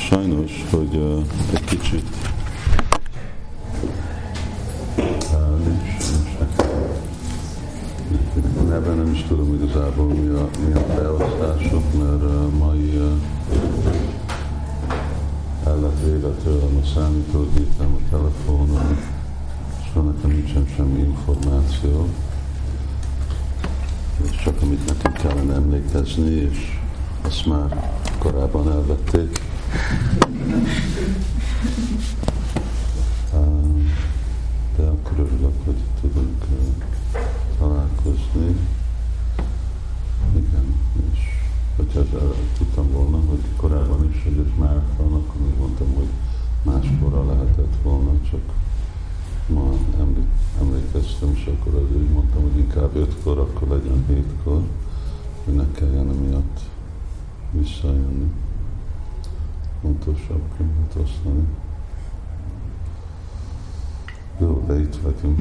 sajnos, hogy egy kicsit neve nem is tudom igazából mi a beosztások, mert mai el lett véve tőlem a számítógépem, a telefonom, és nekem nincsen semmi információ, és csak amit nekem kellene emlékezni, és azt már korábban elvették. De akkor örülök, hogy tudunk találkozni. Igen, és hogyha tudtam volna, hogy korábban is, hogy ez már van, akkor még mondtam, hogy máskorra lehetett volna, csak ma emlékeztem, és akkor azért mondtam, hogy inkább 5-kor, akkor legyen 7-kor, hogy ne kelljen emiatt visszajönni. Fontosabb könyvet osztani. Jó, de itt vagyunk.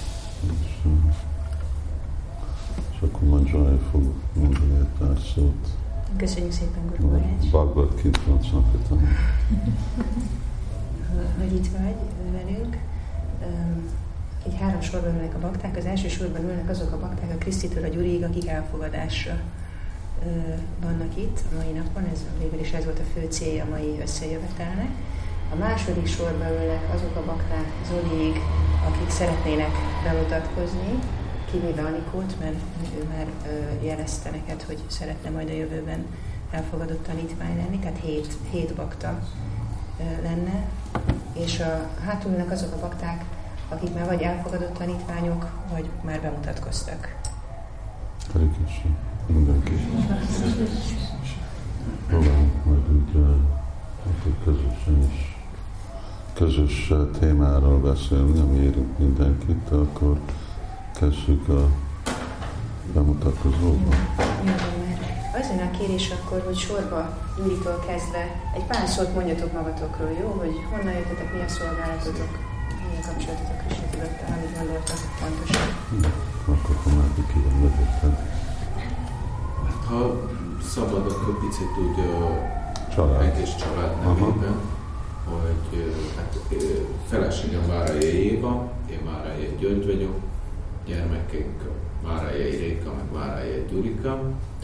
És akkor Manjai fog mondani egy pár szót. Köszönjük szépen, Guru Maharaj. Bhagavad Kirtanasnak után. Hogy itt vagy velünk. Így 3 sorban ülnek a bakták. Az első sorban ülnek azok a bakták a Krisztitől a Gyuriig, akik elfogadásra vannak itt a mai napon. Végül is ez volt a fő célja a mai összejövetelnek. A második sorban ülnek azok a bakták Zoliig, akik szeretnének bemutatkozni, kivéve Anikót, mert ő már jelezte neked, hogy szeretne majd a jövőben elfogadott tanítvány lenni, tehát 7 bakta lenne, és hátul ülnek azok a bakták, akik már vagy elfogadott tanítványok, vagy már bemutatkoztak. Hare Krishna. Mindenki. Próbálunk majd úgy közösen is közös témáról beszélni, ami érint mindenkit, de akkor kezdjük a bemutatkozóba. Az lenne a kérés akkor, hogy sorba Gyuritól kezdve egy pár szót mondjatok magatokról, jó? Hogy honnan jöttetek, mi a szolgálatotok, mi a kapcsolatotok Krisna tudattal, amit gondoltak pontosan. Akkor már ki van vezetve. Ha szabad, akkor picit úgy egész család nevében, hogy hát, feleségem Várajai Éva, én Várajai György vagyok, gyermekeink Várajai Réka, meg Várajai Gyurika.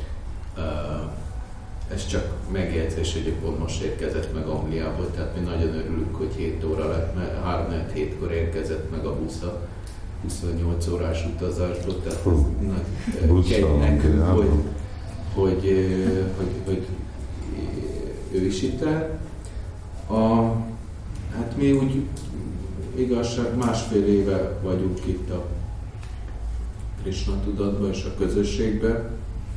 Ez csak megjegyzés, hogy pont most érkezett meg Angliából, tehát mi nagyon örülünk, hogy 7 óra lett, mert 3-7-kor érkezett meg a busza, 28 órás utazásból, tehát ez nagy kegy nekünk, hogy ő is itt el. Hát mi úgy igazság 1,5 éve vagyunk itt a Krisna tudatban és a közösségben.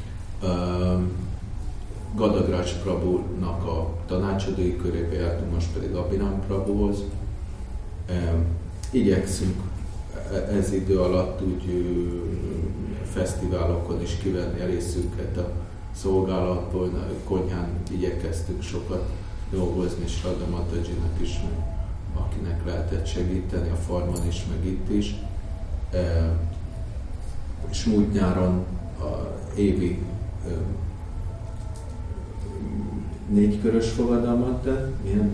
Gadagraj Prabhunak a tanácsadói körébe jártunk, most pedig Abhinam Prabhuhoz. Igyekszünk ez idő alatt úgy fesztiválokon is kivenni a részünket a szolgálatból, konyhán igyekeztünk sokat dolgozni, és Radha Matajinak is, akinek lehetett segíteni, a farmon is, meg itt is. És múlt nyáron évi 4 körös fogadalmat tett,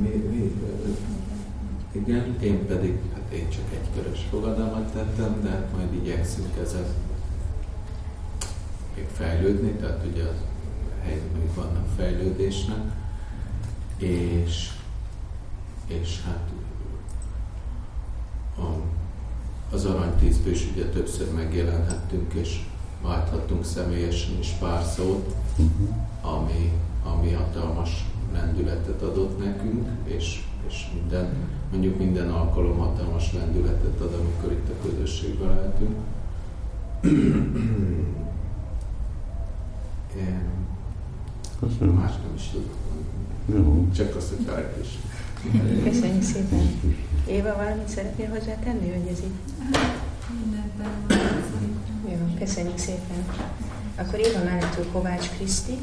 igen, én pedig, hát én csak 1 körös fogadalmat tettem, de hát majd igyekszünk ezen még fejlődni, tehát ugye a helyben még vannak fejlődésnek, és hát az Aranytízből is ugye többször megjelenhettünk, és válthattunk személyesen is pár szót, ami hatalmas lendületet adott nekünk, és minden alkalom hatalmas lendületet ad, amikor itt a közösségben lehetünk. Más nem is tudok mondani. Csak azt, hogy Hare Krishna. Köszönjük szépen. Éva, valamit szeretnél hozzátenni, hogy ez így? Jó, köszönjük szépen. Akkor Éva mellettől Kovács Kriszti.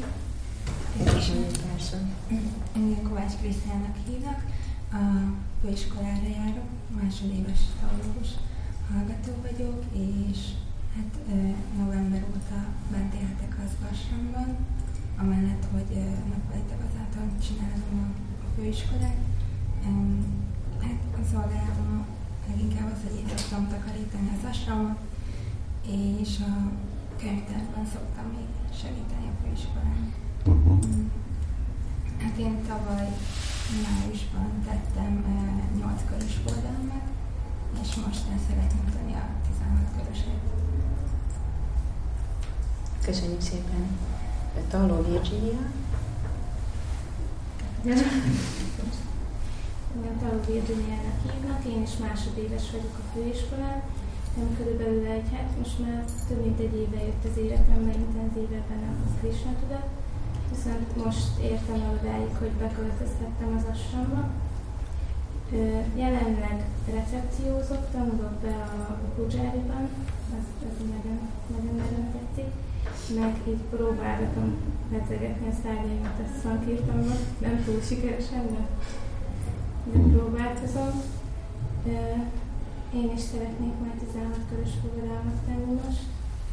Engem Kovács Krisztiának hívnak. A főiskolára járok, másodéves teológus hallgató vagyok, és hát november óta bent élhetek az Ashramban, amellett, hogy nappali tagozattal csinálom a főiskolát. Hát a szolgálatom leginkább az, hogy én szoktam takarítani az asramot, és a könyvtárban szoktam még segíteni a főiskolán. Hát én tavaly májusban tettem 8 körös forgalmat, és most el szeretném tenni a 16 köröset. Köszönjük szépen. Talló Virginia. Talló Virginiának hívnak, én is másodéves vagyok a főiskolán. Körülbelül most már több mint egy éve jött az életembe intenzívebben a Krishna tudat. Viszont most értem el odáig, hogy beköltöztettem az asramba. Jelenleg recepciózok, tanulok be a Pujáriban, ez nagyon tetszik. Meg így próbálgatom pedzegetni a szárnyaimat a szankirtanban, nem túl sikeresen, de próbálkozom. Én is szeretnék majd 16 körös fogadalmat tenni most.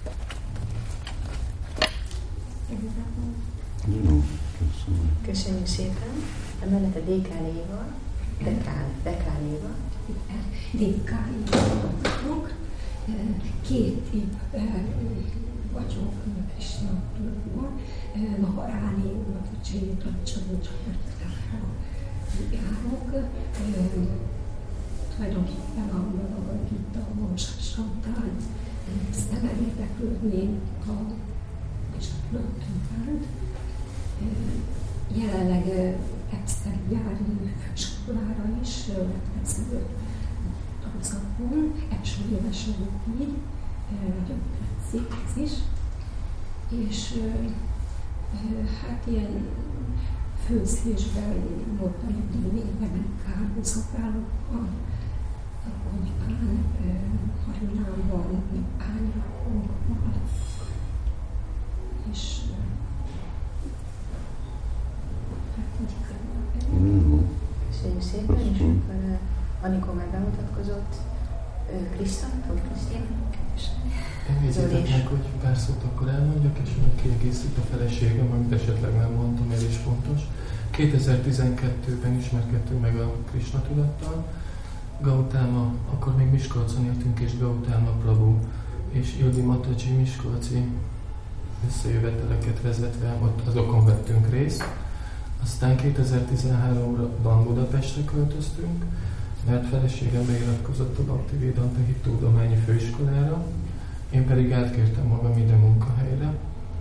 Jó, Köszönjük szépen. Emellett a DK Léva, DK Léva. DK Léva vagyok. 2 év vagyok Krishna tudatban. Maharáni, a Csabocsartára járok. Tulajdonképpen a Bhagavad Gita, a Vasasantán szeme érdeklődni a Krishna tudat. Jelenleg Epszteri járni főiskolára is, egyszerű tanszakon, első éves vagyok így, nagyon tetszik ez is. És hát ilyen főzésben voltam egy évben károszolgálatban, a konyhán, Harinában, ányrakóval, és Köszönjük szépen, és akkor Anikó már bemutatkozott. Krisztán? Engedjétek meg, hogy pár szót akkor elmondjak, és még kiegészít a feleségem, amit esetleg nem mondtam, ez is fontos. 2012-ben ismerkedtünk meg a Krishna tudattal. Gautama, akkor még Miskolcon éltünk, és Gautama Prabhu és Ildi Mataji miskolci összejöveteleket vezetve, ott azokon vettünk részt. Aztán 2013-ban Budapestre költöztünk, mert feleségem beiratkozott a Bhaktivedanta Hittudományi Főiskolára, én pedig átkértem magam ide munkahelyre.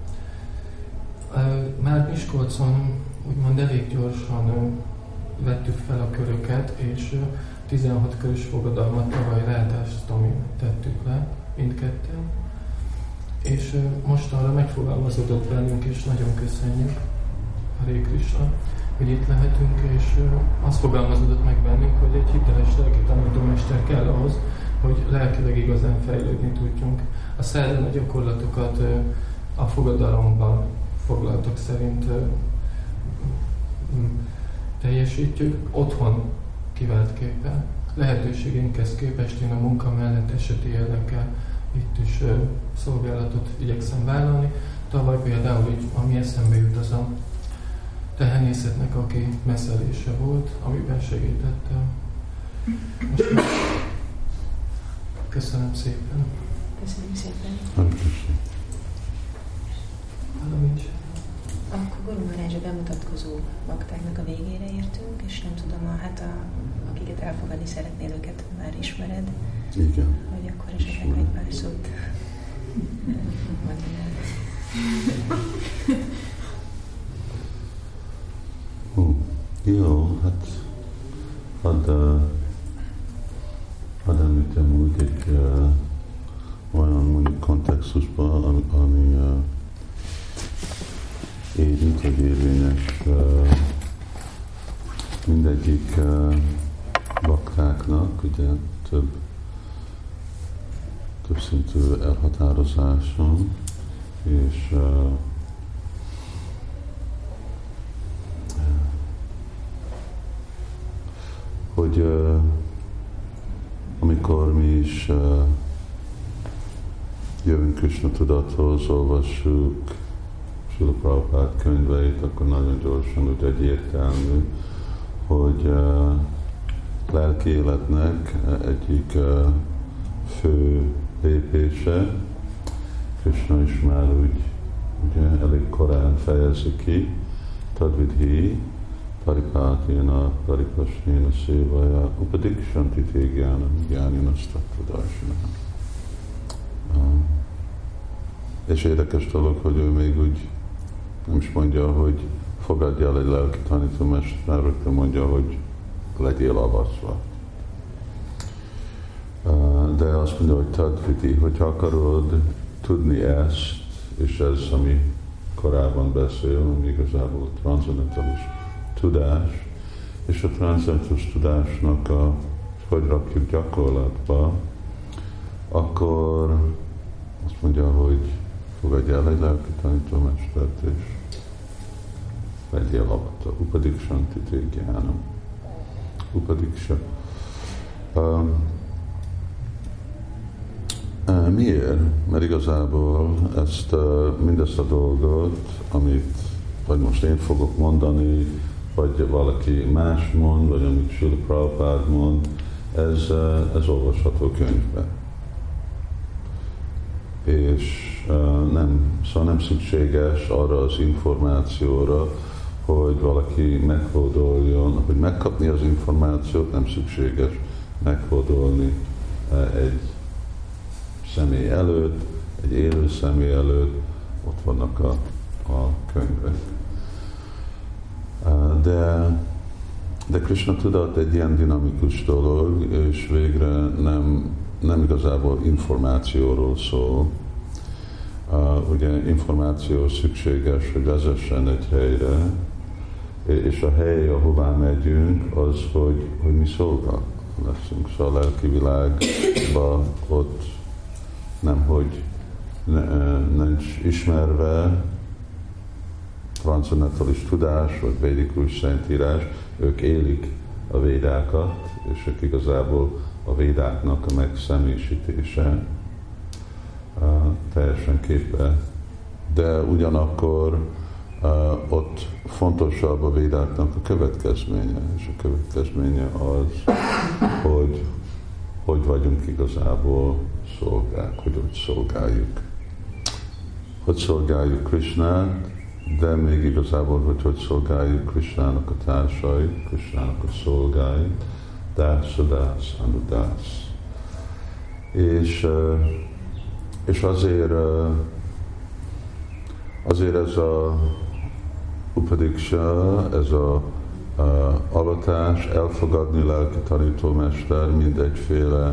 Már Miskolcon úgymond elég gyorsan vettük fel a köröket, és 16 körös fogadalmat tavaly Rátástomin tettük le, mindketten. És mostanra megfogalmazódott bennünk, és nagyon köszönjük Hare Krishna, hogy itt lehetünk, és azt fogalmazódott meg bennünk, hogy egy hiteles lelki tanítómester kell ahhoz, hogy lelkileg igazán fejlődni tudjunk. A szádana gyakorlatokat a fogadalomban foglaltak szerint teljesítjük, otthon kiváltképpen. Lehetőségeinkhez képest én a munka mellett eseti jelleggel itt is szolgálatot igyekszem vállalni. Tavaly például így, ami eszembe jut, az a tehenészetnek, aki messzelése volt, amiben segítettem. Most köszönöm szépen. Köszönjük szépen. Valamint. Akkor Guru Maharaj a bemutatkozó baktáknak a végére értünk, és nem tudom, akiket elfogadni szeretnél, őket már ismered. Igen. Vagy akkor esetleg egy pár szót mondani el. Jó, hát hadd említem úgy egy olyan mondjuk kontextusban, ami érint, vagy érvényes mindegyik baktáknak, ugye több szintű elhatározáson, és hogy amikor mi is jövünk Krishna tudathoz, olvassuk Srila Prabhupád könyveit, akkor nagyon gyorsan, úgy egyértelmű, lelki életnek egyik fő lépése. Krishna is már úgy ugye, elég korán fejezi ki, tadvidhi, paripáténa, paripasnéna szévaja, upadikshanti tégyánam, gyáninasztattadarsana. És érdekes dolog, hogy ő még úgy nem is mondja, hogy fogadj el egy lelki tanítómestert, mert rögtön mondja, hogy legyél avaszva. De azt mondja, hogy tadviti, hogyha akarod tudni ezt, és ez, ami korábban beszél, ami igazából transzendentális tudás, és a transzendentális tudásnak hogy rakjuk gyakorlatba, akkor azt mondja, hogy fogadj el egy lelki tanítómestert, és legyél avata. Upadikshanti tégyánam. Upadiksha. Miért? Mert igazából mindezt a dolgot, amit vagy most én fogok mondani, vagy valaki más mond, vagy amit Srila Prabhupád mond, ez olvasható könyvben. És szóval nem szükséges arra az információra, hogy valaki meghódoljon, hogy megkapni az információt, nem szükséges meghódolni egy személy előtt, egy élő személy előtt, ott vannak a könyvek. De Krishna tudat egy ilyen dinamikus dolog, és végre nem igazából információról szól. Ugye információ szükséges, hogy vezessen egy helyre, és a hely, ahová megyünk, az, hogy mi szolga leszünk. Szóval a lelki világban ott nem, hogy nincs ismerve transzendentális tudás, vagy védikus szentírás, ők élik a védákat, és ők igazából a védáknak a megszemélyisítése teljesen képbe. De ugyanakkor ott fontosabb a védáknak a következménye, és a következménye az, hogy vagyunk igazából szolgák, hogy szolgáljuk. Hogy szolgáljuk Krishnát, de még igazából, hogy szolgáljuk Krishnának a társait, Krishnának a szolgáit, dász, anudász. És azért ez a upadiksha, ez a avatás, elfogadni lelki tanítómester, mint egyféle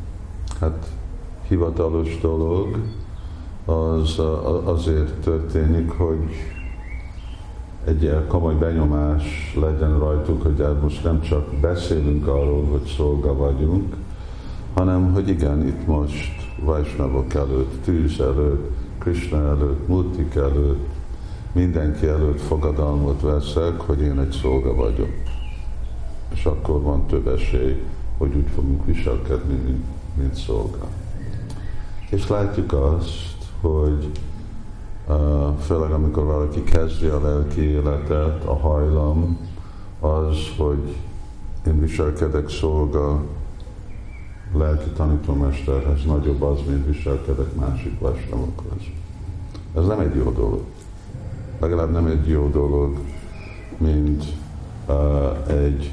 hivatalos dolog, az azért történik, hogy egy komoly benyomás legyen rajtuk, hogy most nem csak beszélünk arról, hogy szolga vagyunk, hanem hogy igen, itt most Vaisnavok előtt, tűz előtt, Krishna előtt, Murtik előtt, mindenki előtt fogadalmat veszek, hogy én egy szolga vagyok. És akkor van több esély, hogy úgy fogunk viselkedni, mint szolga. És látjuk azt, hogy főleg amikor valaki kezdi a lelki életet, a hajlam az, hogy én viselkedek szolga lelki tanítómesterhez, nagyobb az, mint viselkedek másik vaisnavokhoz. Ez nem egy jó dolog. Legalább nem egy jó dolog, mint egy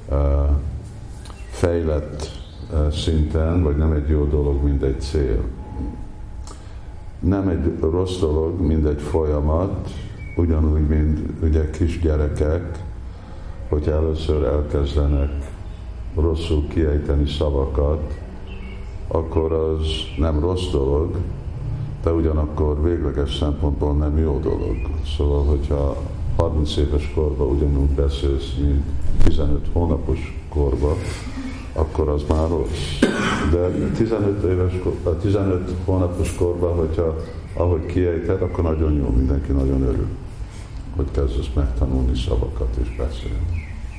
fejlett szinten, vagy nem egy jó dolog, mint egy cél. Nem egy rossz dolog, mint egy folyamat, ugyanúgy, mint ugye kisgyerekek, hogy először elkezdenek rosszul kiejteni szavakat, akkor az nem rossz dolog, de ugyanakkor végleges szempontból nem jó dolog. Szóval, hogyha 30 éves korban ugyanúgy beszélsz, mint 15 hónapos korban, akkor az már rossz. De 15 hónapos korban, hogyha ahogy kiejted, akkor nagyon jó, mindenki nagyon örül, hogy kezdesz megtanulni szavakat és beszélni.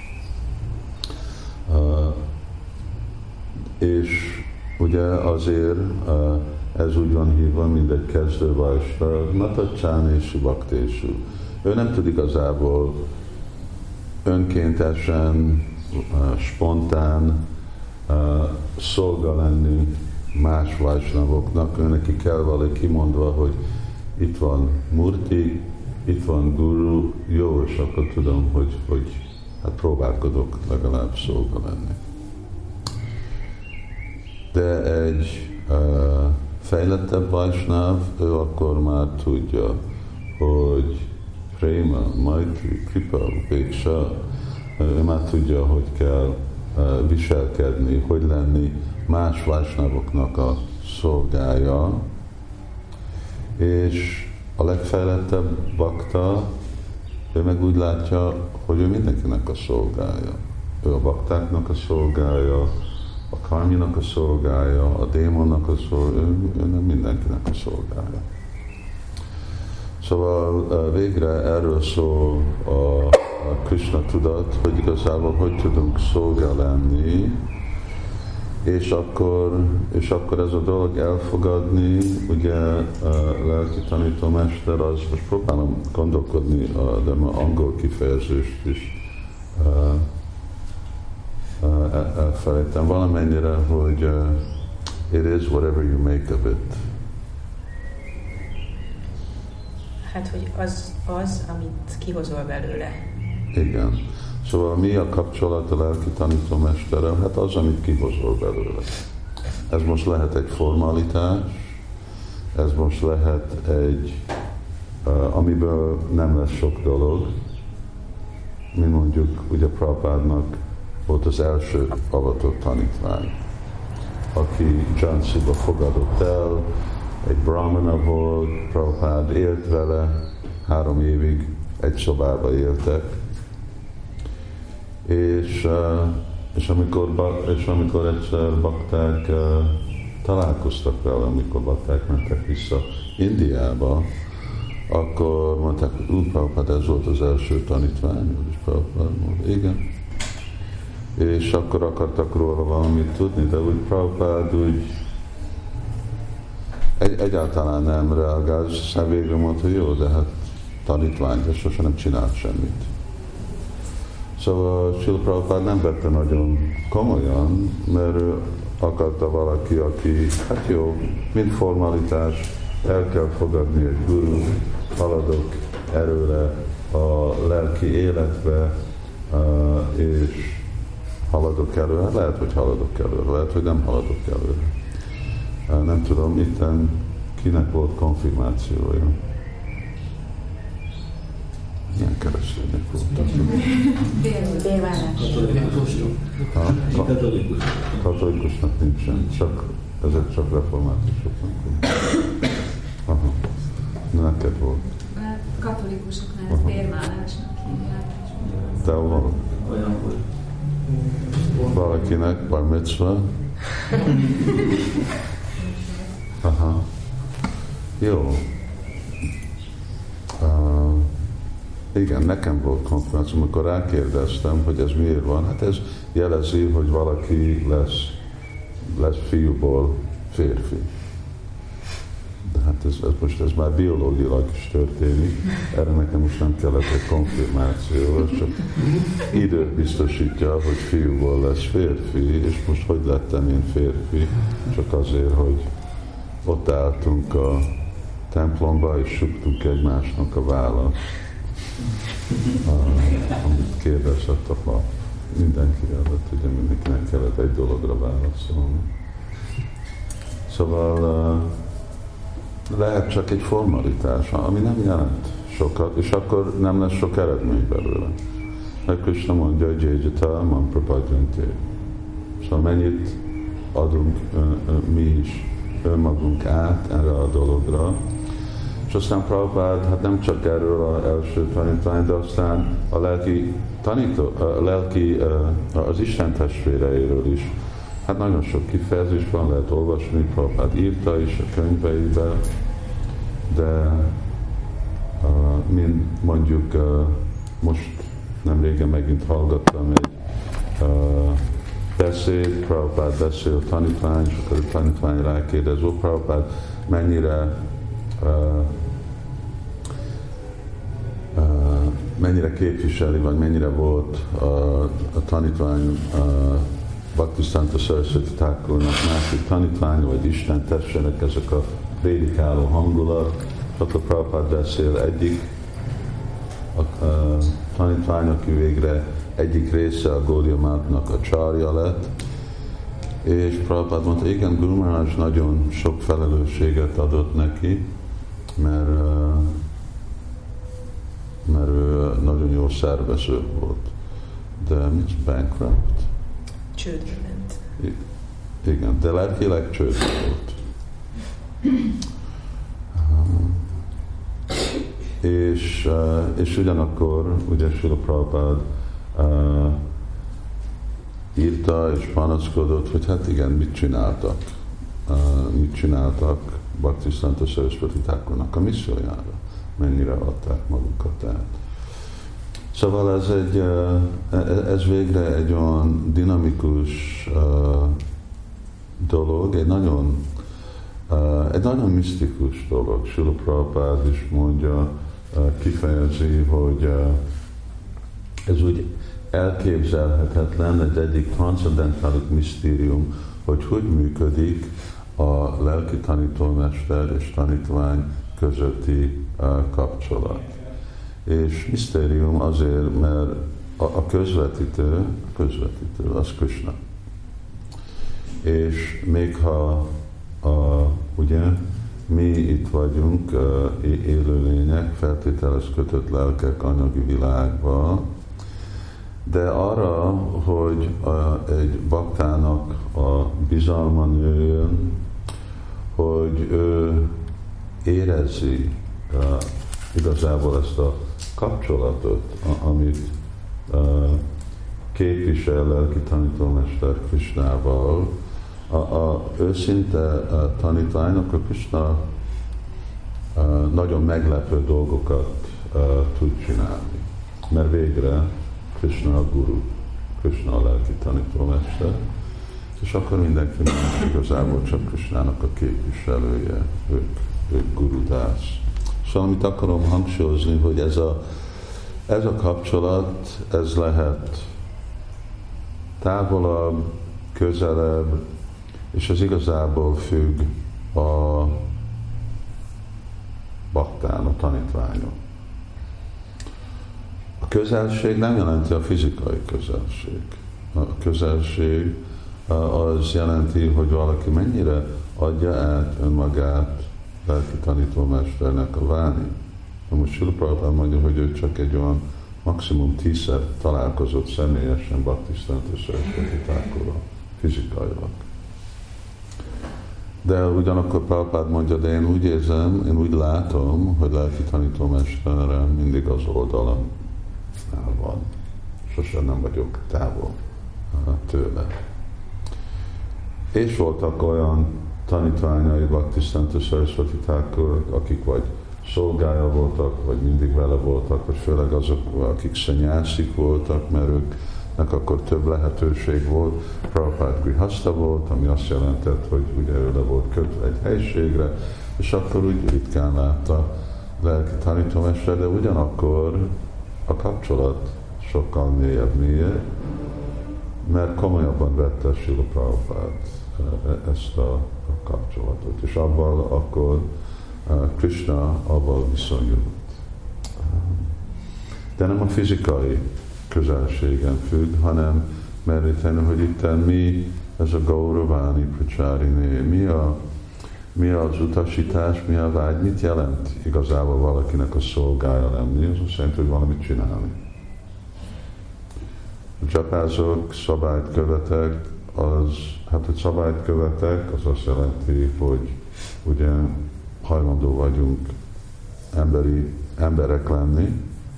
És ugye azért ez úgy van hívva, mint egy kezdő vaisnav, natacsánési baktésú. Ő nem tud igazából önkéntesen spontán szolga lenni más vajsnavoknak, neki kell valahogy kimondva, hogy itt van Murti, itt van Guru, jó, és akkor tudom, hogy hát próbálkodok legalább szolga lenni. De egy fejlettebb vajsnáv, ő akkor már tudja, hogy préma, maitri, kripa, upéksha, ő már tudja, hogy kell viselkedni, hogy lenni más vajsnavoknak a szolgája, és a legfejlettebb bakta, ő meg úgy látja, hogy ő mindenkinek a szolgája. Ő a baktáknak a szolgája, a karminak a szolgája, a démonnak a szolgája, ő nem mindenkinek a szolgája. Szóval végre erről szól a Krishna tudat, hogy igazából hogy tudunk szolgá lenni, és akkor ez a dolog elfogadni, ugye lelki tanítómester, az most próbálom gondolkodni, de ma angol kifejezést is elfelejtem valamennyire, hogy it is whatever you make of it. Hát, hogy az, amit kihozol belőle. Igen. Szóval mi a kapcsolat a lelki tanítómesterrel? Hát az, amit kihozol belőle. Ez most lehet egy formalitás, ez most lehet egy, amiből nem lesz sok dolog. Mi mondjuk, ugye Prabhupádnak volt az első avatott tanítvány, aki Jhansiba fogadott el, egy brahmana volt, Prabhupád élt vele, 3 évig egy szobába éltek, és amikor egyszer bakták találkoztak vele, amikor bakták mentek vissza Indiába, akkor mondták, Prabhupád, ez volt az első tanítvány, és Prabhupád mondta, igen. És akkor akartak róla valamit tudni, de úgy Prabhupád úgy egyáltalán nem reagált, és aztán végre mondta, hogy jó, de hát tanítvány, de sosem nem csinált semmit. Szóval Srila Prabhupád nem vette nagyon komolyan, mert ő akarta valaki, aki, hát jó, mint formalitás, el kell fogadni egy guru, haladok erőre a lelki életbe, és haladok előre. Lehet, hogy haladok előre, lehet, hogy nem haladok előre. Nem tudom, itten kinek volt konfirmációja. Milyen keresztények voltak? Katolikusnak nincsen, ezek csak reformátusoknak. Aha. Neked volt? Katolikusoknál ez bérvállásnak hívják. Te hol? Olyan volt. Valakinek bar mitzvah? Aha. Jó. Igen, nekem volt konferencia, amikor rákérdeztem, hogy ez miért van. Hát ez jelezi, hogy valaki lesz fiúból férfi. De hát ez már biológilag is történik. Erre nekem most nem kellett egy konfirmáció, csak időt biztosítja, hogy fiúból lesz férfi, és most hogy lettem én férfi? Csak azért, hogy ott álltunk a templomba, és suktunk egymásnak a vállat. Amit kérdezett a pap. Mindenki előtt, ugye mindenkinek kellett egy dologra válaszolni. Szóval lehet csak egy formalitás, ami nem jelent sokat, és akkor nem lesz sok eredmény belőle. Mert Krishna mondja, hogy Jejjata man prapadjante. Szóval mennyit adunk mi is önmagunk át erre a dologra, és aztán Prabhupád, hát nem csak erről az első tanítvány, de aztán a lelki az Isten testvéreiről is. Hát nagyon sok kifejezés van, lehet olvasni, Prabhupád írta is a könyveibe, de mint mondjuk most nem régen megint hallgattam egy beszéd, Prabhupád beszél a tanítvány, és akkor a tanítvány rákérdez, Prabhupád mennyire képviseli, vagy mennyire volt a tanítvány Bhaktisiddhanta Saraswati Thakurnak másik tanítványa, vagy Isten tessenek ezek a prédikáló hangulat. Akkor Prabhupád beszél egyik tanítvány, aki végre egyik része a Gaudiya Mathnak a csarja lett, és Prabhupád mondta, igen, Guru Maharaj nagyon sok felelősséget adott neki, mert ő nagyon jó szervező volt. De mit? Bankrupt? Csődbe ment. Igen, de lelkileg csődbe volt. És ugyanakkor ugye Srila Prabhupád írta és panaszkodott, hogy hát igen, mit csináltak Bhaktisiddhanta Saraswati Thakurnak a missziójára, mennyire adták magukat át. Szóval ez végre egy olyan dinamikus dolog, egy nagyon misztikus dolog. Srila Prabhupád is mondja, kifejezi, hogy ez úgy elképzelhetetlen, egy egyik transzendentális misztérium, hogy működik a lelki tanítómester és tanítvány közötti kapcsolat. És misztérium azért, mert a közvetítő az Krishna. És még ha ugye mi itt vagyunk élőlények, feltételes kötött lelkek anyagi világban, de arra, hogy egy baktának a bizalma nőjön, hogy ő érezzi igazából ezt a kapcsolatot, amit képvisel lelki tanítómester Krishnával, a őszinte tanítványnak a Krishna nagyon meglepő dolgokat tud csinálni. Mert végre Krishna a guru, Krishna a lelki tanítómester, és akkor mindenki más igazából csak Krishnának a képviselője, ők gurudász. Szóval amit akarom hangsúlyozni, hogy ez a kapcsolat, ez lehet távolabb, közelebb, és ez igazából függ a baktán, a tanítványon. A közelség nem jelenti a fizikai közelség. A közelség az jelenti, hogy valaki mennyire adja át önmagát lelki tanítómesternek a válni. Most Srila Prabhupád mondja, hogy ő csak egy olyan maximum 10-szer találkozott személyesen Bhaktisiddhanta Saraswati Thakurral, fizikailag. De ugyanakkor Prabhupád mondja, de én úgy érzem, én úgy látom, hogy lelki tanítómesterem mindig az oldalamnál van. Sosem nem vagyok távol tőle. És voltak olyan tanítványai Bhaktisiddhanta Saraswati Thakur, akik vagy szolgája voltak, vagy mindig vele voltak, vagy főleg azok, akik sanyászik voltak, mert őknek akkor több lehetőség volt. Prabhupád grihasta volt, ami azt jelentett, hogy ugye ő le volt kötve egy helységre, és akkor úgy ritkán látta lelki tanítómester, de ugyanakkor a kapcsolat sokkal mélyebb, mert komolyabban vette Srila Prabhupád ezt a kapcsolatot, és abban akkor Krishna abban viszonyult. De nem a fizikai közelségen függ, hanem meríteni, hogy itt mi ez a Gauravani Pracharini, mi az utasítás, mi a vágy, mit jelent igazából valakinek a szolgája lenni, az azt jelenti, hogy valamit csinálni. A dzsapázok, szabályt követek, hogy szabályt követek, az azt jelenti, hogy ugye hajlandó vagyunk emberek lenni,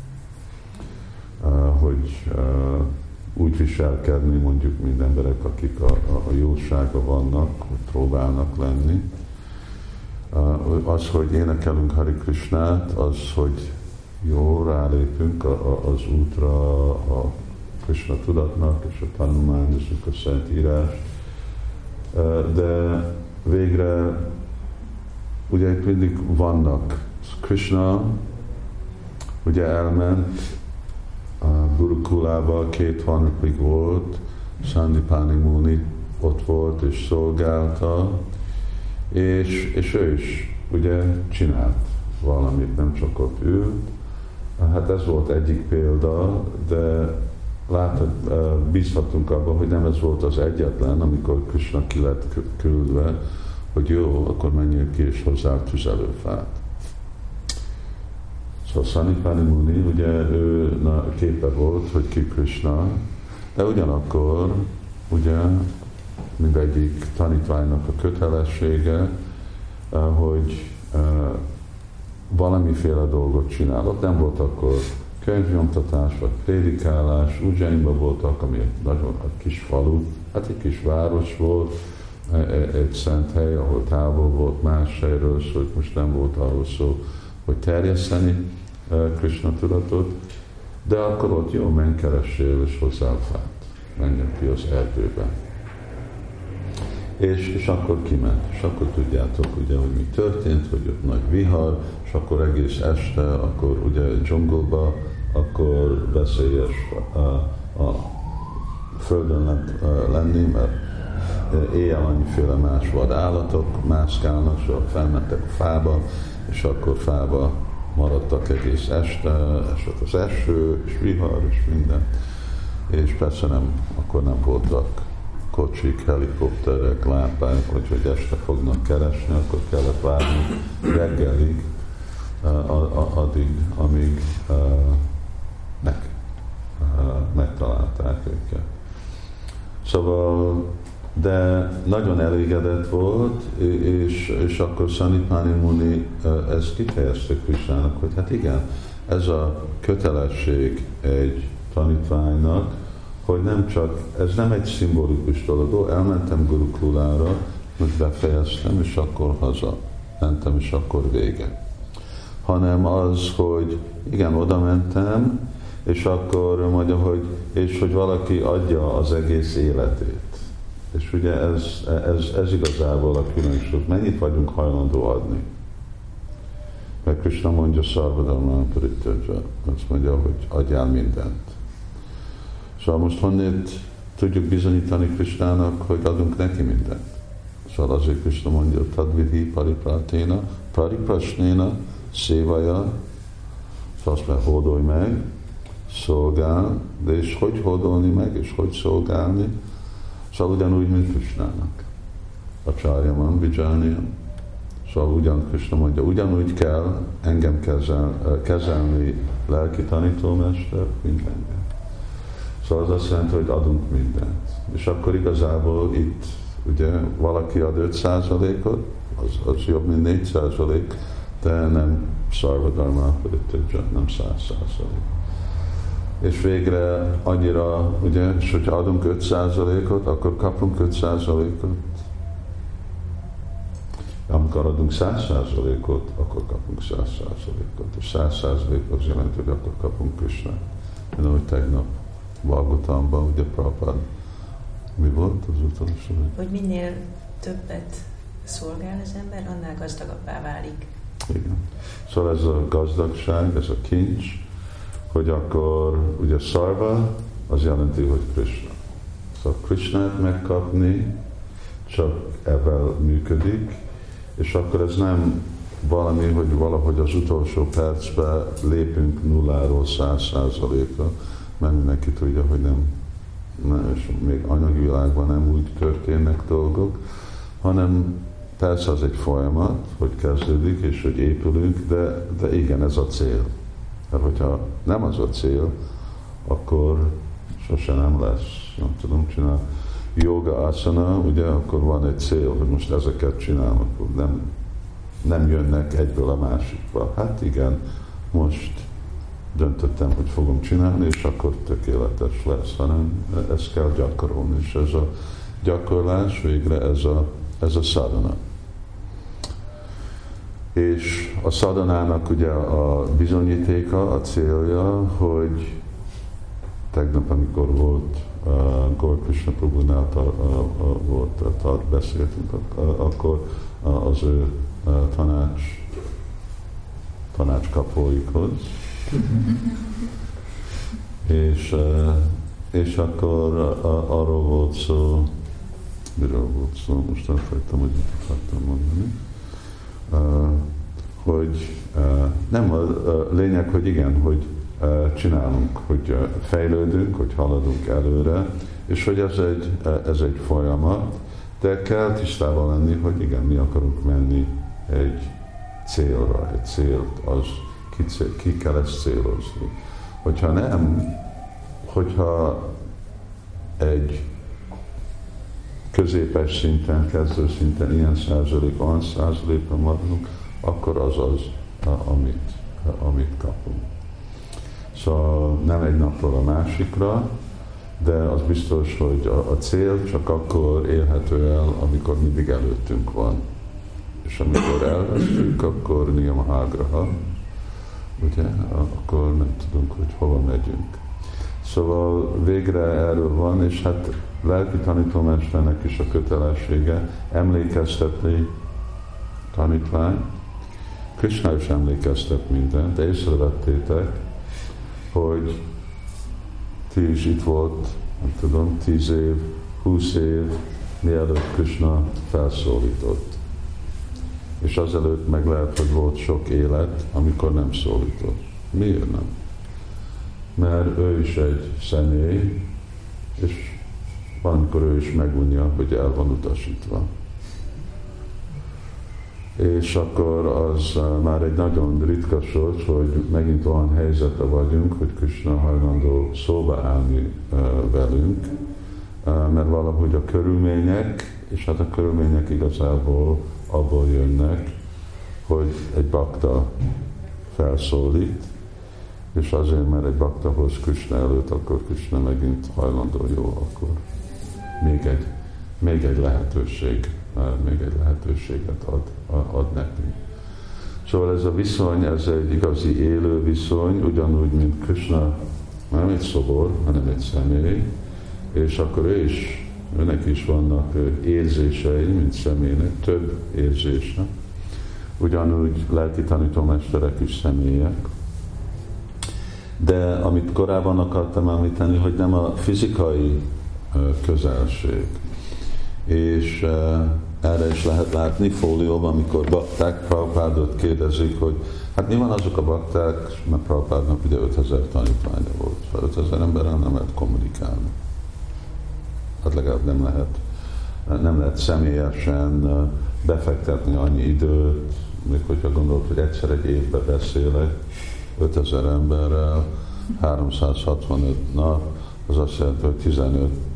hogy úgy viselkedni mondjuk, mint emberek, akik a jóságban vannak, vagy próbálnak lenni. Az, hogy énekelünk Hari Krishnát, az, hogy jó rálépünk az útra, a Krishna tudatnak, és a tanulmányozzuk a Szentírást, de végre ugye itt mindig vannak. Krishna ugye elment, Gurukulában 2 hónapig volt, Sandipani Muni ott volt és szolgálta, és ő is ugye csinált valamit, nem csak ott ült. Hát ez volt egyik példa, de bízhatunk abban, hogy nem ez volt az egyetlen, amikor Krishna ki lett küldve, hogy jó, akkor menjünk ki és hozzá tüzelőfát. Szóval Sandipani Muni, ugye ő képe volt, hogy ki Krishna, de ugyanakkor ugye mindegyik tanítványnak a kötelessége, hogy valamiféle dolgot csinálok. Nem volt akkor könyvnyomtatás vagy prédikálás. Ujjainban voltak, ami egy nagyon kis falu, hát egy kis város volt, egy szent hely, ahol távol volt más helyről, szóval most nem volt arról szó, hogy terjeszteni Krishna tudatot, de akkor ott jó, menj, keressél és hozzá fát, menjen ki az erdőbe. És akkor kiment, és akkor tudjátok ugye, hogy mi történt, hogy ott nagy vihar, és akkor egész este, akkor ugye dzsungolba, akkor veszélyes a földön lenni, mert éjjel annyiféle más vadállatok mászkálnak, és felmentek a fába, és akkor fába maradtak egész este, esett az eső, és vihar, és minden. És persze akkor nem voltak kocsik, helikopterek, lámpák, hogy este fognak keresni, akkor kellett várni reggelig, addig, amíg megtalálták őket. Szóval, de nagyon elégedett volt, és akkor Sandipani Muni ezt kifejezte Krishnának, hogy hát igen, ez a kötelesség egy tanítványnak, hogy nem csak, ez nem egy szimbolikus dolog, elmentem Gurukulára, most befejeztem, és akkor haza mentem, és akkor vége. Hanem az, hogy igen, oda mentem, és akkor mondja, hogy valaki adja az egész életét. És ugye ez igazából a különbség. Mennyit vagyunk hajlandó adni? Mert Krishna mondja Sarvadharmana Parityaja, azt mondja, hogy adjál mindent. Szóval most honnét tudjuk bizonyítani Krishnának, hogy adunk neki mindent. Szóval azért Krishna mondja, tadvidhi paripráténa, pariprasnéna, szévaja, szóval azt mondja, hódolj meg, szolgál, de és hogy hódolni meg, és hogy szolgálni? Szóval ugyanúgy, mint Krishnának. A csárjaman, vigyánian. Szóval Krishna mondja, ugyanúgy kell engem kezelni lelki tanítómester, mint engem. Szóval az azt jelenti, hogy adunk mindent. És akkor igazából itt ugye valaki ad 5%-ot, az jobb, mint 4%, de nem Sarvadharmana Parityaja, nem 100%. És végre annyira, ugye, és hogyha adunk 5%-ot, akkor kapunk 5%-ot. Amikor adunk 100%-ot, akkor kapunk 100%-ot. És 100% az jelenti, hogy akkor kapunk Krishnát. Én ahogy tegnap Valgotamban, ugye Prabhupád, mi volt az utolsó? Hogy minél többet szolgál az ember, annál gazdagabbá válik. Igen. Szóval ez a gazdagság, ez a kincs, hogy akkor ugye szarva, az jelenti, hogy Krishna. Szóval Krishnát megkapni csak ebben működik, és akkor ez nem valami, hogy valahogy az utolsó percben lépünk 0-ról 100%-ra, mert mindenki tudja, hogy nem, és még anyagi világban nem úgy történnek dolgok, hanem persze az egy folyamat, hogy kezdődik, és hogy épülünk, de igen, ez a cél. Mert hogyha nem az a cél, akkor sose nem lesz. Nem tudom csinálni. Yoga asana, ugye, akkor van egy cél, hogy most ezeket csinálnak, nem jönnek egyből a másikba. Hát igen, most döntöttem, hogy fogom csinálni, és akkor tökéletes lesz, hanem ezt kell gyakorolni, és ez a gyakorlás végre ez a sadhana. És a sadhanának ugye a bizonyítéka, a célja, hogy tegnap, amikor volt Gaur Krishna Prabhunál beszéltünk, akkor az ő tanácskapóikhoz. És akkor arról volt szó, miről volt szó, most elfelejtem, hogy mit akartam mondani, hogy nem a lényeg, hogy igen, hogy csinálunk, hogy fejlődünk, hogy haladunk előre, és hogy ez egy folyamat, de kell tisztában lenni, hogy igen, mi akarunk menni egy célra, egy célt, az ki kell ezt célozni. Hogyha nem, hogyha egy középes szinten, kezdő szinten ilyen százalék, olyan százalékban maradunk, akkor az az, amit kapunk. Szóval nem egy napról a másikra, de az biztos, hogy a cél csak akkor érhető el, amikor mindig előttünk van. És amikor elvesztünk, akkor niyama ágraha, ugye, akkor nem tudunk, hogy hova megyünk. Szóval végre erről van, és hát lelki tanítómesternek is a kötelessége emlékeztetni tanítvány. Krishna is emlékeztet mindent, de észrevettétek, hogy ti is itt volt, nem tudom, 10 év, 20 év, mielőtt Krishna felszólított. És azelőtt meg lehet, hogy volt sok élet, amikor nem szólított. Miért nem? Mert ő is egy személy, és valamikor ő is megunja, hogy el van utasítva. És akkor az már egy nagyon ritka sors, hogy megint olyan helyzetben vagyunk, hogy Krishna hajlandó szóba állni velünk, mert valahogy a körülmények, és hát a körülmények igazából abból jönnek, hogy egy bakta felszólít, és azért, mert egy baktahoz Krishna előtt, akkor Krishna megint hajlandó, jó, akkor még egy lehetőséget ad nekünk. Szóval ez a viszony, ez egy igazi élő viszony, ugyanúgy, mint Krishna nem egy szobor, hanem egy személy, és akkor őnek is vannak érzései, mint személynek, több érzésnek. Ugyanúgy lelki tanítómesterek is személyek. De amit korábban akartam említeni, hogy nem a fizikai közelség. És erre is lehet látni fólióban, amikor bakták Prabhupádot kérdezik, hogy hát mi van azok a bakták, mert Prabhupádnak ugye 5000 tanítványa volt, szóval 5000 emberrel nem lehet kommunikálni. Hát legalább nem lehet személyesen befektetni annyi időt, még hogyha gondolod, hogy egyszer egy évben beszélek 5000 emberrel, 365 nap, az azt jelenti, hogy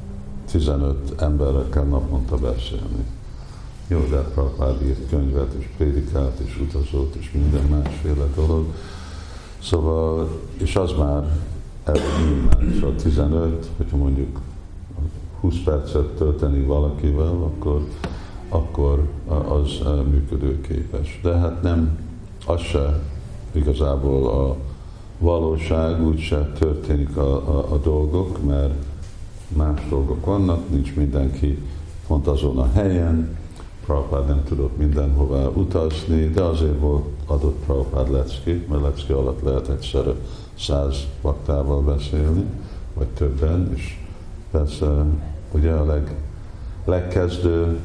15 emberrel kell naponta beszélni. Jó, de Prabhupád írt könyvet, és prédikált, és utazott, és minden másféle dolog. Szóval, és az már elég, szóval 15, hogyha mondjuk 20 percet tölteni valakivel, akkor az működőképes. De hát nem, az se igazából a valóság, úgyse történik a dolgok, mert más dolgok vannak, nincs mindenki pont azon a helyen, Prabhupád nem tudott mindenhová utazni, de azért volt adott Prabhupád lecki, mert lecki alatt lehet egyszerre 100 baktával beszélni, vagy többen, és persze ugye a legkezdő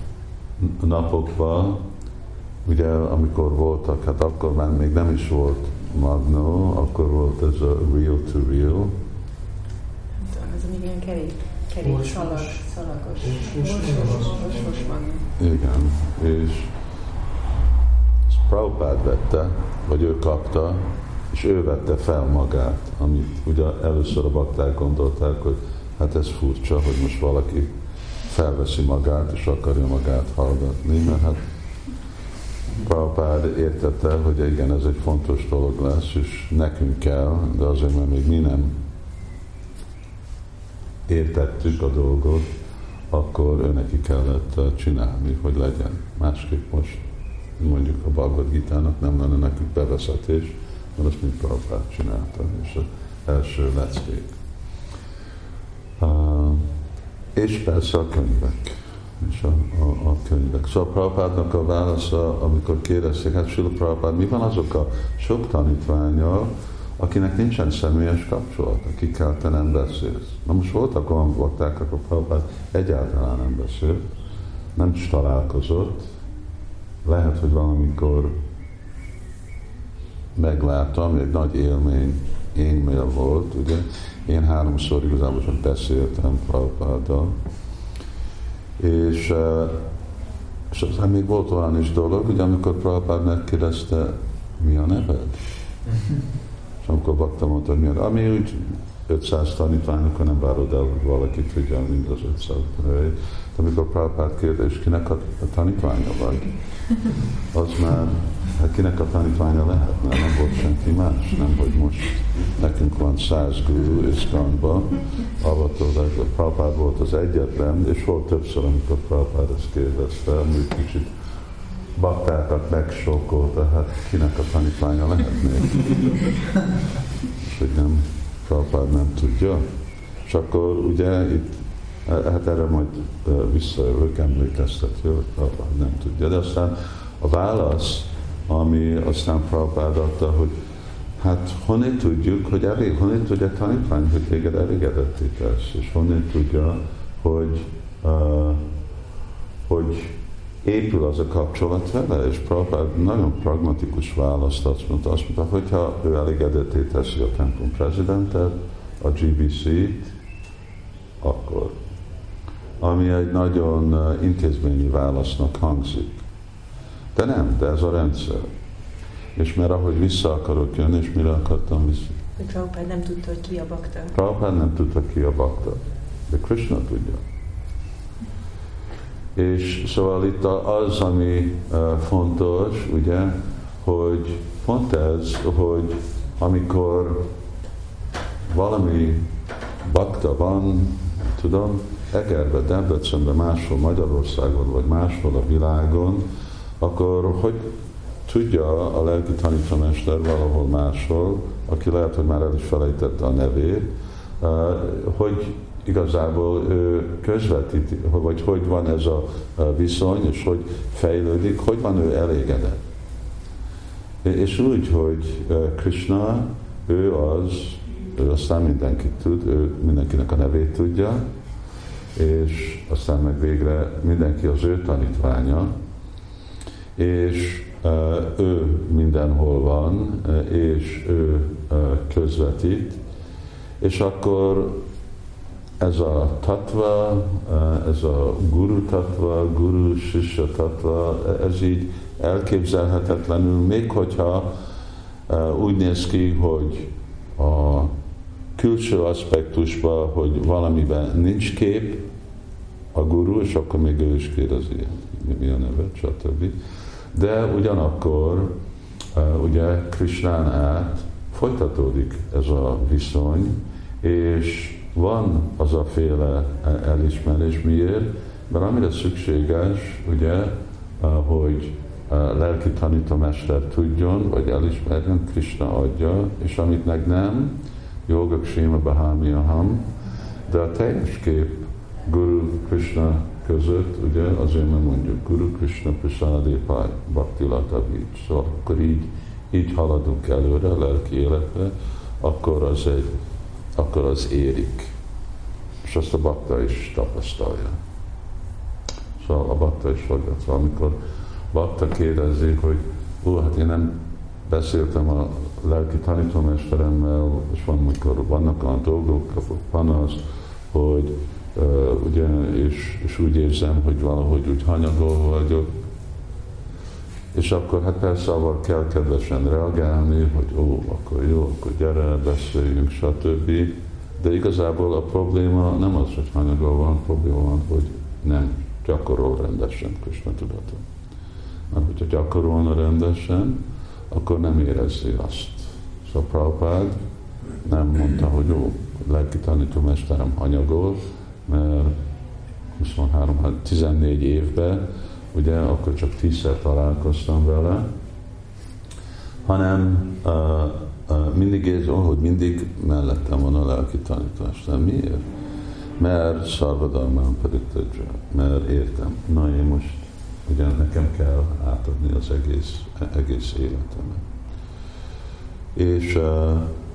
napokban, ugye amikor voltak, hát akkor már még nem is volt Magnó, akkor volt ez a Real to Real. Ez még ilyen kerék szalagos. Most van. Igen, és Prabhupád vette, vagy ő kapta, és ő vette fel magát, amit ugye először a bakták gondolták, hogy hát ez furcsa, hogy most valaki felveszi magát, és akarja magát hallgatni, mert hát Prabhupád értette, hogy igen, ez egy fontos dolog lesz, és nekünk kell, de azért, mert még mi nem értettük a dolgot, akkor ő neki kellett csinálni, hogy legyen. Másképp most mondjuk a Bhagavad Gita-nak nem lenne nekünk bevezetés, mert azt mind Prabhupád csinálta, és az első leckék. És persze a könyvek. És a könyvek. Szóval Prabhupádnak a válasza, amikor kérdezték, hát Srila Prabhupád, mi van azok a sok tanítvánnyal, akinek nincsen személyes kapcsolat, akikkel te nem beszélsz. Na most voltak olyan bakták, akkor Prabhupád egyáltalán nem beszélt, nem is találkozott, lehet, hogy valamikor megláttam, egy nagy élmény volt, ugye. Én 3-szor igazából csak beszéltem Prabhupáddal, és aztán még volt olyan is dolog, ugye amikor Prabhupád megkérdezte, mi a neved? És amikor bakta mondta, hogy mi a, ami úgy 500 tanítványokon nem várod el, hogy valaki tudja mind az 500 nevét. De amikor Prabhupád kérdés, kinek a tanítványa vagy? Az már, hát kinek a tanítványa lehet, mert nem volt senki más, nem, hogy most nekünk van 100 guru ISKCON-ban, avatólag Prabhupád volt az egyetlen, és volt többször, amikor Prabhupád ezt kérdezte, ami kicsit baktákat megsokkolta, hát kinek a tanítványa lehetnék? És hogy nem, Prabhupád nem tudja. És akkor ugye itt, hát erre majd visszajövök, emlékeztető, hogy Prabhupád nem tudja. De aztán a válasz, ami aztán Prabhupád adta, hogy hát honnan tudjuk, hogy honnan tudja a tanítvány, hogy téged elégedetté tesz, és honnan tudja, hogy épül az a kapcsolat vele, és Prabhupád nagyon pragmatikus választ azt mondta, hogyha ő elégedetté teszi a templom prezidentet, a GBC-t, akkor. Ami egy nagyon intézményi válasznak hangzik. De nem, de ez a rendszer. És mert ahogy vissza akarok jönni, és mire akartam vissza? Prabhupád nem tudta, hogy ki a bakta. Prabhupád nem tudta, ki a bakta. De Krishna tudja. És szóval itt az, ami fontos, ugye, hogy pont ez, hogy amikor valami bakta van, tudom, Egerben, Debrecenben, máshol Magyarországon, vagy máshol a világon, akkor hogy tudja a lelki tanítómester valahol máshol, aki lehet, hogy már el is felejtette a nevét, hogy igazából ő közvetíti, vagy hogy van ez a viszony, és hogy fejlődik, hogy van ő elégedett. És úgy, hogy Krishna, ő aztán mindenkit tud, ő mindenkinek a nevét tudja, és aztán meg végre mindenki az ő tanítványa, és ő mindenhol van, és ő közvetít, és akkor ez a tatva, ez a guru tatva, guru sisya tatva, ez így elképzelhetetlenül, még hogyha úgy néz ki, hogy a külső aspektusban, hogy valamiben nincs kép a guru, és akkor még ő is kérdezi, mi a neve, stb. De ugyanakkor ugye Krishnán át folytatódik ez a viszony, és van az a féle elismerés. Miért? Mert amire szükséges, ugye, hogy lelki tanítómester tudjon, vagy elismerjen, Krishna adja, és amit meg nem, Yoga Kshema Bahámiaham, de a teljes kép Guru Krishna között, ugye azért nem mondjuk Guru Krishna Prasadi Pai Bhakti Lata Beach. Szóval akkor így haladunk előre a lelki életbe, akkor az érik. És azt a bakta is tapasztalja. Szóval a bakta is fogja. Szóval amikor bakta kérdezi, hogy hát én nem beszéltem a lelki tanítómesteremmel, és vannak olyan dolgok, kapok panaszt, hogy ugye, és úgy érzem, hogy valahogy úgy hanyagolva vagyok. És akkor hát persze avval kell kedvesen reagálni, hogy akkor jó, akkor gyere, beszéljünk, stb. De igazából a probléma nem az, hogy hanyagolva van, probléma van, hogy nem gyakorol rendesen Krishna tudatot. Mert hogyha gyakorolna rendesen, akkor nem érezi azt. Szóval Prabhupád nem mondta, hogy jó, lelki tanítómesterem hanyagol, mert 14 évben, ugye, akkor csak 10-szer találkoztam vele, hanem mindig érzem, hogy mindig mellettem van a lelki tanítómester. Miért? Mert Sarvadharmán pedig tudja, mert értem. Na én most ugye nekem kell átadni az egész életemet. És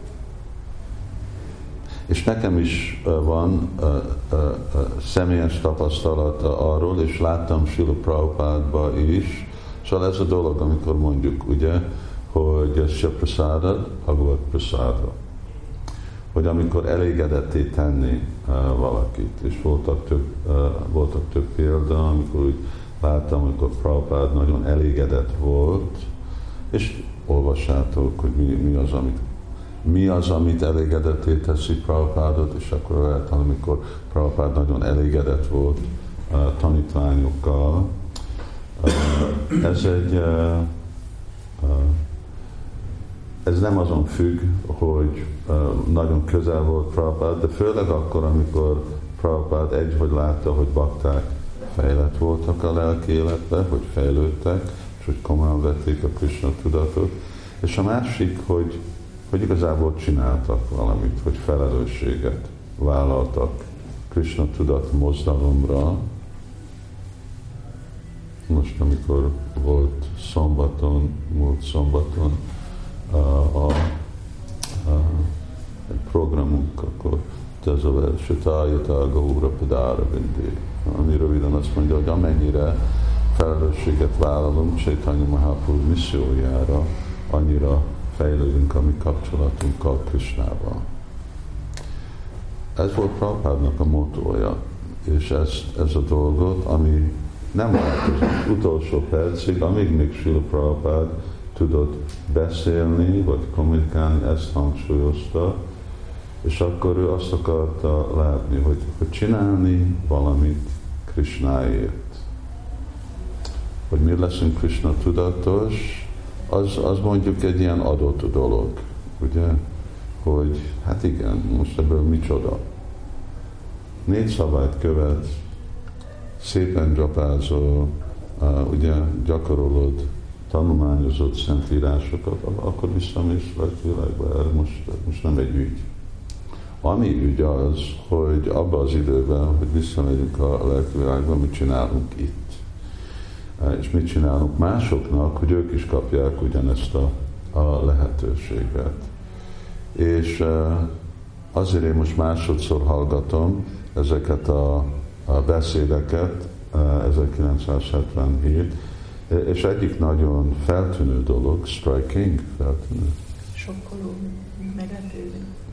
És nekem is van személyes tapasztalata arról, és láttam Srila Prabhupádba is. Szóval ez a dolog, amikor mondjuk, ugye, hogy se prasádad, Bhagavad prasádra. Hogy amikor elégedetté tenni valakit, és voltak több példa, amikor úgy láttam, amikor Prabhupád nagyon elégedett volt, és olvassátok, hogy mi az, amit elégedetté teszi Prabhupádot, és akkor lehet, amikor Prabhupád nagyon elégedett volt tanítványokkal. Ez nem azon függ, hogy nagyon közel volt Prabhupád, de főleg akkor, amikor Prabhupád hogy látta, hogy bakták fejlett voltak a lelki életben, hogy fejlődtek, és hogy komolyan vették a Krishna tudatot. És a másik, hogy igazából csináltak valamit, hogy felelősséget vállaltak Krishna tudat mozdalomra. Most, amikor volt múlt szombaton egy programunk, akkor ez a vers, Tájata Gaura Padára Vindi, ami röviden azt mondja, hogy amennyire felelősséget vállalunk Chaitanya Mahaprabhu missziójára, annyira fejlődünk a mi kapcsolatunkkal Krishnával. Ez volt Prabhupádnak a motója, és ez a dolgot, ami nem változott utolsó percig, amíg még Srila Prabhupád tudott beszélni, vagy kommunikálni, ezt hangsúlyozta, és akkor ő azt akarta látni, hogy csinálni valamit Krishnáért. Hogy mi leszünk Krishna tudatos, az mondjuk egy ilyen adott dolog, ugye? Hogy hát igen, most ebből micsoda? 4 szabályt követ, szépen dzsapázol, ugye gyakorolod, tanulmányozod szentírásokat, akkor visszamész lelkivilágba, erre most nem egy ügy. Ami ügy az, hogy abban az időben, hogy visszamegyünk a lelkivilágba, mit csinálunk itt. És mit csinálunk másoknak, hogy ők is kapják ugyanezt a lehetőséget. És azért én most másodszor hallgatom ezeket a beszédeket, 1977, és egyik nagyon feltűnő dolog, striking, feltűnő. Sokkoló, meglepő.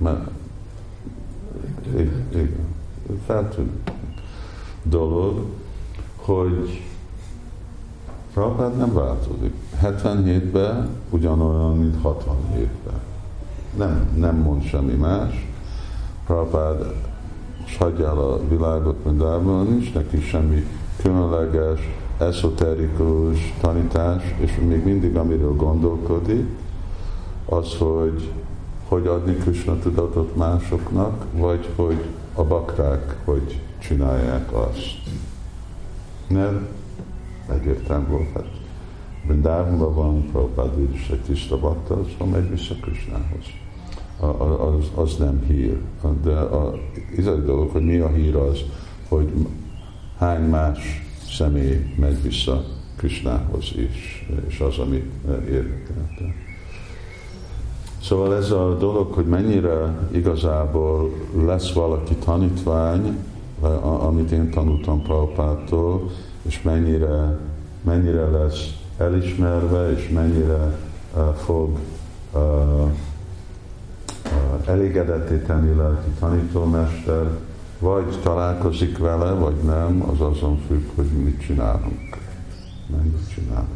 Igen, feltűnő dolog, hogy Prabhupád nem változik. 77-ben ugyanolyan, mint 67-ben. Nem mond semmi más. Prabhupád hagyja el a világot, mint Dárban, nincs neki semmi különleges, ezoterikus tanítás, és még mindig amiről gondolkodik, az, hogy adni Krishna tudatot másoknak, vagy hogy a bakták hogy csinálják azt. Mert egyértelmű volt, hát Vrindávonban van, Prabhupád is egy tiszta bakta, szóval megy vissza Krishnához. Az nem hír. De az egy dolog, hogy mi a hír az, hogy hány más személy megy vissza Krishnához is, és az, amit érdekelte. Szóval ez a dolog, hogy mennyire igazából lesz valaki tanítvány, amit én tanultam Prabhupádtól, és mennyire lesz elismerve, és mennyire fog elégedetté tenni lelki tanítómester, vagy találkozik vele, vagy nem, az azon függ, hogy mit csinálunk. Mennyit csinálunk.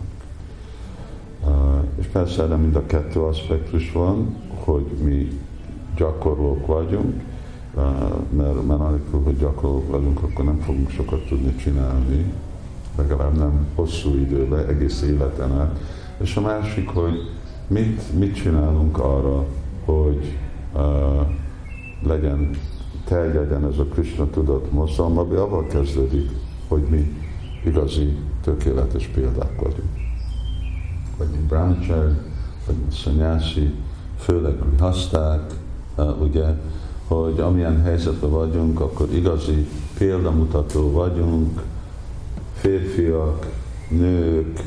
És persze erre mind a 2 aspektus van, hogy mi gyakorlók vagyunk, mert anélkül, hogy gyakorlók vagyunk, akkor nem fogunk sokat tudni csinálni, legalább nem hosszú időben, egész életen át. És a másik, hogy mit csinálunk arra, hogy terjedjen ez a Krishna tudat mozdalom, ami avval kezdődik, hogy mi igazi, tökéletes példák vagyunk. Vagy mint brahmachari, vagy mint szanyási, főleg grihaszták, ugye, hogy amilyen helyzetben vagyunk, akkor igazi példamutató vagyunk, férfiak, nők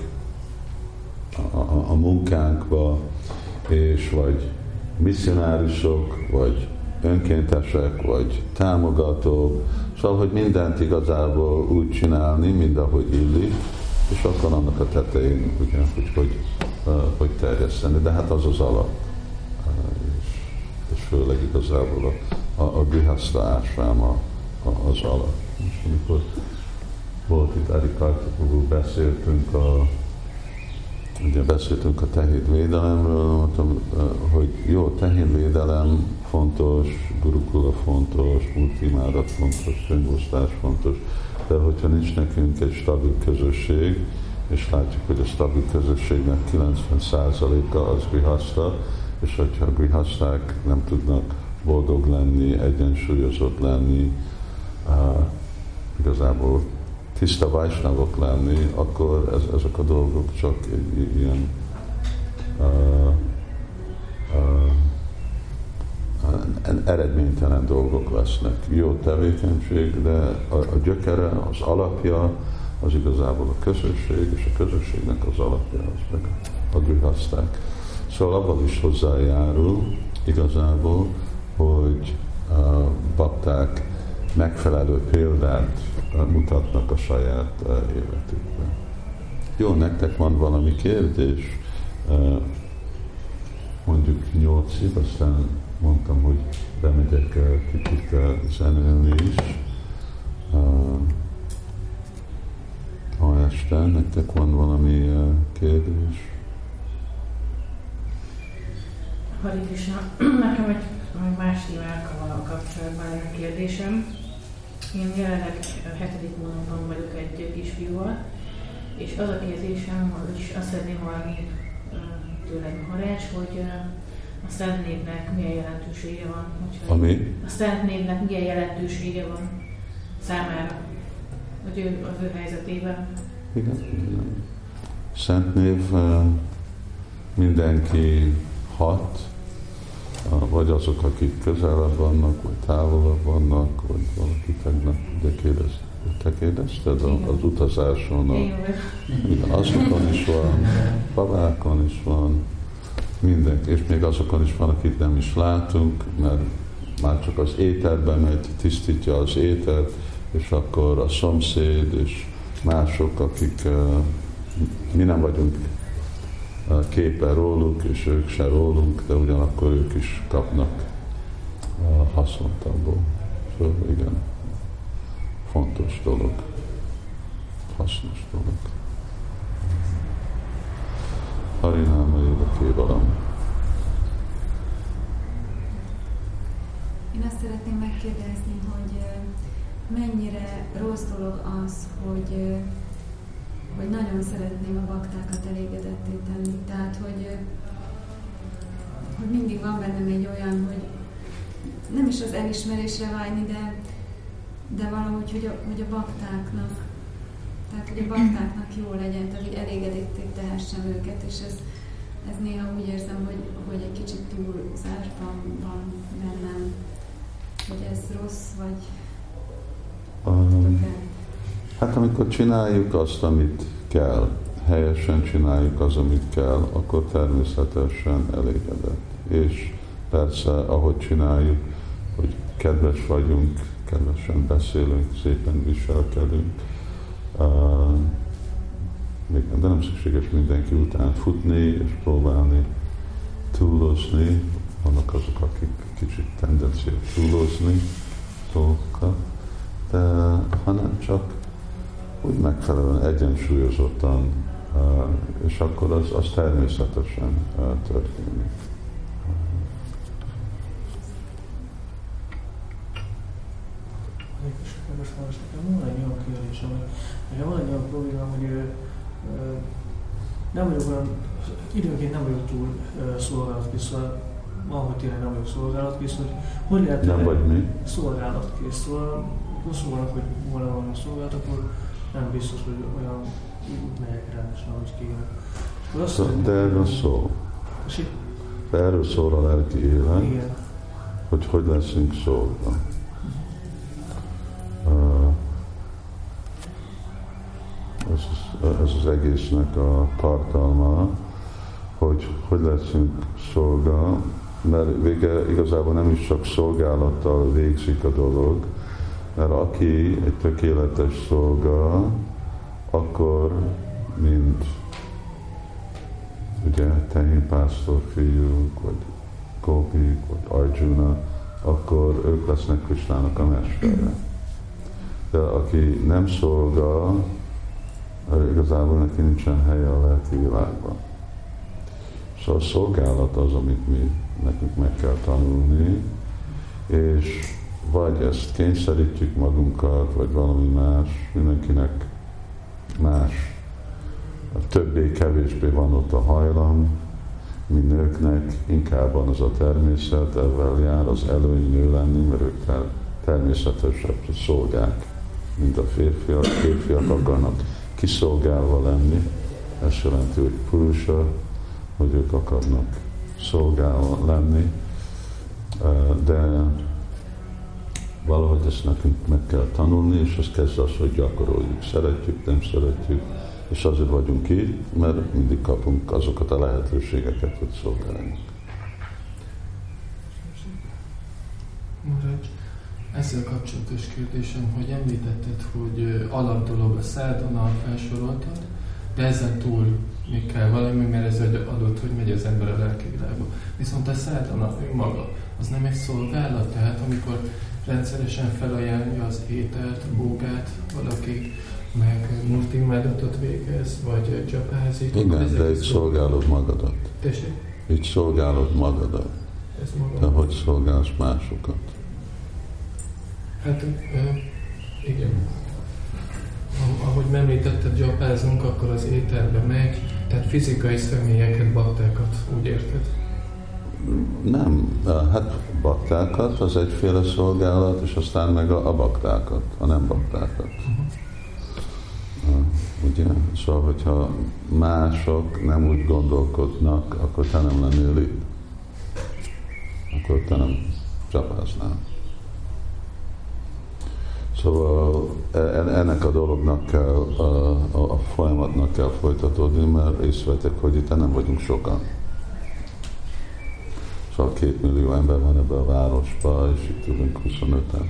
a munkánkba, és vagy misszionárisok, vagy önkéntesek, vagy támogatók, szóval, hogy mindent igazából úgy csinálni, mint ahogy illik, és akkor annak a tetején, ugye, hogy terjeszteni, de hát az az alap. És főleg igazából a grihaszta ásráma az alap. És amikor volt itt Adikartapuról, beszéltünk a tehénvédelemről, mondtam, hogy jó, tehénvédelem fontos, gurukula fontos, multimárat fontos, könyvosztás fontos, de hogyha nincs nekünk egy stabil közösség, és látjuk, hogy a stabil közösségnek 90%-a az grihaszta, és hogyha a grihaszták nem tudnak boldog lenni, egyensúlyozott lenni, igazából tiszta vajsnavok lenni, akkor ezek a dolgok csak ilyen eredménytelen dolgok lesznek. Jó tevékenység, de a gyökere, az alapja, az igazából a közösség, és a közösségnek az alapja az meg a grihaszták. Szóval abban is hozzájárul igazából, hogy bakták megfelelő példát mutatnak a saját életükben. Jó, nektek van valami kérdés? Mondjuk 8-ig, aztán mondtam, hogy bemegyek kicsit zenélni is. Ma este nektek van valami kérdés? Hari Krishna, nekem egy más témákkal kapcsolatban a kérdésem. Én jelenleg a 7. hónapban vagyok egy kisfiúval, és az a kérdésem, és azt szeretném hallani tőled, Maharaj, hogy a Szent Névnek milyen jelentősége van. Ami? A Szent Névnek milyen jelentősége van számára, hogy az ő helyzetében. Igen. Szent Név mindenki hat, vagy azok, akik közelebb vannak, vagy távolabb vannak, vagy valaki tegnap, ugye te kérdezted az utazáson, azokon is van, babákon is van, mindenki, és még azokon is van, akik nem is látunk, mert már csak az éterben megy, tisztítja az étert, és akkor a szomszéd és mások, akik mi nem vagyunk képen róluk, és ők se rólunk, de ugyanakkor ők is kapnak haszont abból. Szóval igen, fontos dolog, hasznos dolog. Harináma Évakévalam. Én azt szeretném megkérdezni, hogy mennyire rossz dolog az, hogy nagyon szeretném a baktákat elégedetté tenni. Tehát, hogy mindig van bennem egy olyan, hogy nem is az elismerésre vágyni, de valahogy, hogy a baktáknak, tehát, hogy a baktáknak jó legyen, tehát, hogy elégedetté tehessem őket, és ez néha úgy érzem, hogy egy kicsit túlzásban van bennem, hogy ez rossz, vagy hát amikor csináljuk azt, amit kell, helyesen csináljuk azt, amit kell, akkor természetesen elégedett. És persze, ahogy csináljuk, hogy kedves vagyunk, kedvesen beszélünk, szépen viselkedünk, de nem szükséges mindenki után futni és próbálni túlozni. Vannak azok, akik kicsit tendenciát túlozni dolgokat, de hanem csak úgy megfelelően egyensúlyozottan, és akkor az természetesen történik. Nekem van egy olyan kérdésem, nekem van egy olyan problémám, hogy nem vagyok olyan, időnként nem vagyok túl szolgálatkész, szóval ahogy tényleg nem vagyok szolgálatkész, hogy lehet nem vagy mi? Szolgálatkész, szóval szólnak, hogy volna valami szolgálat, akkor nem biztos, hogy olyan megyek rendesen, ahogy kéne. De erről szól. De erről szól a lelki élet, hogy leszünk szolga. Ez az egésznek a tartalma, hogy leszünk szolga, mert vége igazából nem is csak szolgálattal végzik a dolog, mert aki egy tökéletes szolga, akkor mint ugye tehénpásztor fiúk, vagy Gopik, vagy Arjuna, akkor ők lesznek Krisnának a mestere. De aki nem szolga, igazából neki nincsen helye a lelki világban. Szóval a szolgálat az, amit nekünk meg kell tanulni, és vagy ezt kényszerítjük magunkat, vagy valami más, mindenkinek más. Többé-kevésbé van ott a hajlam, mi nőknek inkább van az a természet, ezzel jár az előny nő lenni, mert ők természetesebb szolgák, mint a férfiak. Férfiak akarnak kiszolgálva lenni, ez jelenti, hogy purusha, hogy ők akarnak szolgálva lenni, de valahogy ezt nekünk meg kell tanulni, és az kezd az, hogy gyakoroljuk. Szeretjük, nem szeretjük, és azért vagyunk így, mert mindig kapunk azokat a lehetőségeket, hogy szolgáljunk. Maradj, ezzel kapcsolatos kérdésem, hogy említetted, hogy alapdolog a szádana, felsoroltad, de ezen túl még kell valami, mert ez adott, hogy megy az ember a lelki világba. Viszont a szádana önmaga, az nem egy szolgálat, tehát amikor rendszeresen felajánlja az ételt, a bógát valaki, meg multimádatot végez, vagy csapázik. Igen, de itt szolgálod magadat. Tessék? Itt szolgálod magadat. Ez maga. De hogy szolgálsz másokat? Hát igen. Ahogy említetted, dzsapázunk, akkor az ételbe megy, tehát fizikai személyeket, baktákat, úgy érted? Nem, hát baktákat, az egyféle szolgálat, és aztán meg a baktákat, a nem baktákat. Ugye? Szóval, hogyha mások nem úgy gondolkodnak, akkor te nem lennél itt. Akkor te nem csapáznál. Szóval ennek a dolognak kell, a folyamatnak kell folytatódni, mert észrevettek, hogy itt nem vagyunk sokan. Szóval 2 millió ember van ebben a városban, és itt tudunk 25-en.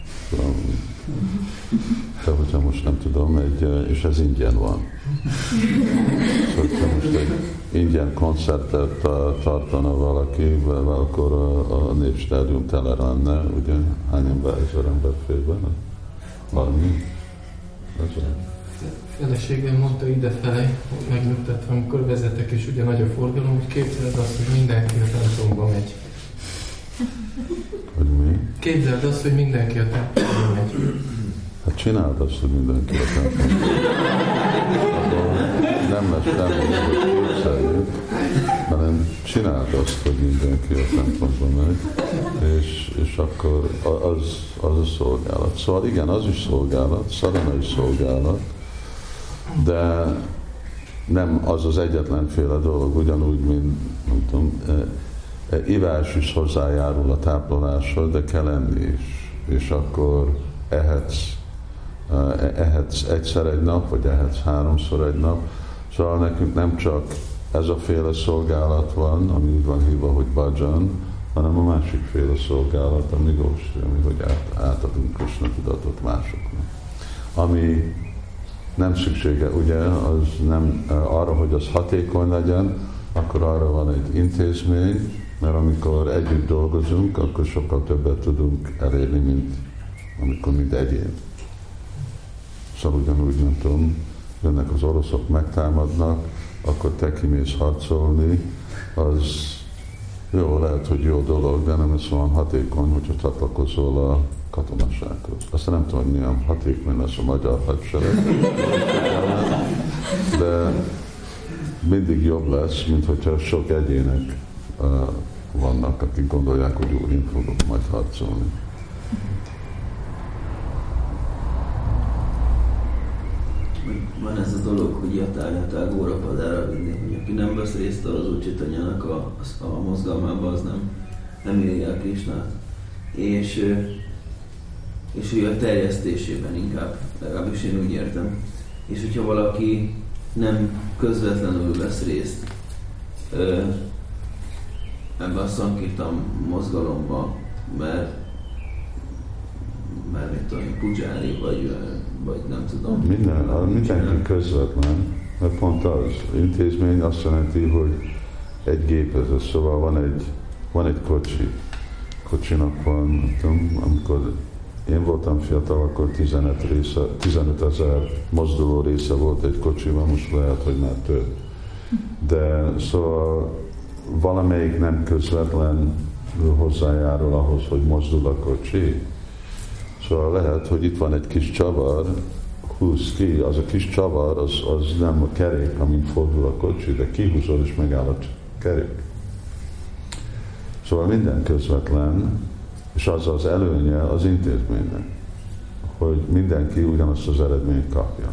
De hogyha most nem tudom, és ez ingyen van. Szóval, ha most egy ingyen koncertet tartana valaki, akkor a Népstádium tele lenne, ugye? Hány ember, 1000 ember fér benne? 30? A feleségem mondta idefele, megnyugtatva, amikor vezetek, és ugye nagy a forgalom, hogy képzeld azt, hogy mindenki a templomba megy. Hogy mi? Képzeld azt, hogy mindenki a templomba megy. Hát csináld azt, hogy mindenki a templomba megy. Nem lesz semmi, hogy képzeljük, hanem csináld azt, hogy mindenki a templomba megy, és akkor az a szolgálat. Szóval igen, az is szolgálat, szadana is szolgálat, de nem az az egyetlenféle dolog, ugyanúgy, mint nem tudom, ivás is hozzájárul a tápláláshoz, de kell enni is. És akkor ehetsz egyszer egy nap, vagy ehetsz 3-szor egy nap. Szóval nekünk nem csak ez a féle szolgálat van, ami úgy van hívva, hogy bhajan, hanem a másik féle szolgálat, ami góstri, ami hogy átadunk Krishna tudatot másoknak. Ami nem szüksége, ugye, az nem arra, hogy az hatékony legyen, akkor arra van egy intézmény, mert amikor együtt dolgozunk, akkor sokkal többet tudunk elérni, mint amikor mind egyén. Szóval ugyanúgy, nem tudom, jönnek az oroszok, megtámadnak, akkor te kimész harcolni, az jó, lehet, hogy jó dolog, de nem ez olyan hatékony, hogyha csatlakozol a katonasághoz. Aztán nem tudom, hogy milyen hatékony lesz a magyar hadsereg, de mindig jobb lesz, mint hogyha sok egyének vannak, akik gondolják, hogy úgy én fogok majd harcolni. Van ez a dolog, hogy Jatá Górapadára vinni, hogy aki nem vesz részt az Úr-Chaitanyának a mozgalmában, az nem éri el Krisnát. És ő a terjesztésében inkább, legalábbis én úgy értem. És hogyha valaki nem közvetlenül vesz részt, ebben a szankirtan mozgalomban, mert mit tudom, pudzsári, vagy nem tudom. Mindenki közvetlen, mert pont az intézmény azt jelenti, hogy egy gépező, szóval van egy kocsi. Kocsinak van, nem tudom, amikor én voltam fiatal, akkor 15 000 mozduló része volt egy kocsiban, most lehet, hogy már több. De szóval valamelyik nem közvetlen hozzájárul ahhoz, hogy mozdul a kocsi. Szóval lehet, hogy itt van egy kis csavar, húz ki, az a kis csavar, az nem a kerék, amin fordul a kocsi, de kihúzol és megáll a kerék. Szóval minden közvetlen, és az az előnye az intézménynek, hogy mindenki ugyanazt az eredményt kapja.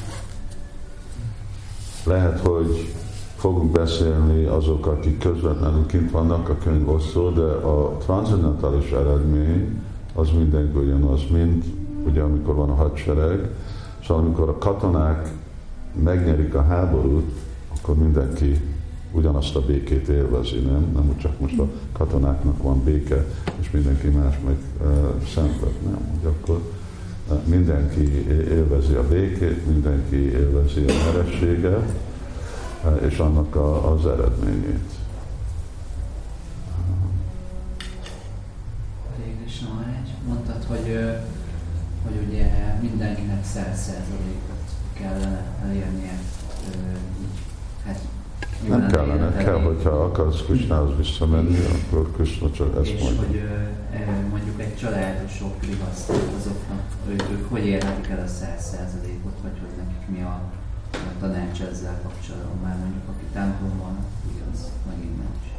Lehet, hogy fogunk beszélni azok, akik közvetlenül kint vannak a könyvosztó, de a transzendentális eredmény az mindenki ugyanaz, mint ugye amikor van a hadsereg, szóval amikor a katonák megnyerik a háborút, akkor mindenki ugyanazt a békét élvezi, nem csak most a katonáknak van béke, és mindenki más meg szenved, nem, hogy akkor mindenki élvezi a békét, mindenki élvezi a nyerességet, és annak az eredményét. Mondtad, hogy ugye mindenkinek 100%-ot kellene elérnie. Hát, nem kellene, kell, hogyha akarsz Krisnához visszamenni, akkor Krishna csak ezt mondja. És hogy mondjuk egy családosok, grihasztok, azoknak, ők hogy érhetik el a 100%-ot, vagy hogy nekik mi a tanács ezzel kapcsolatban, már mondjuk aki templomban, igaz, megint nem is.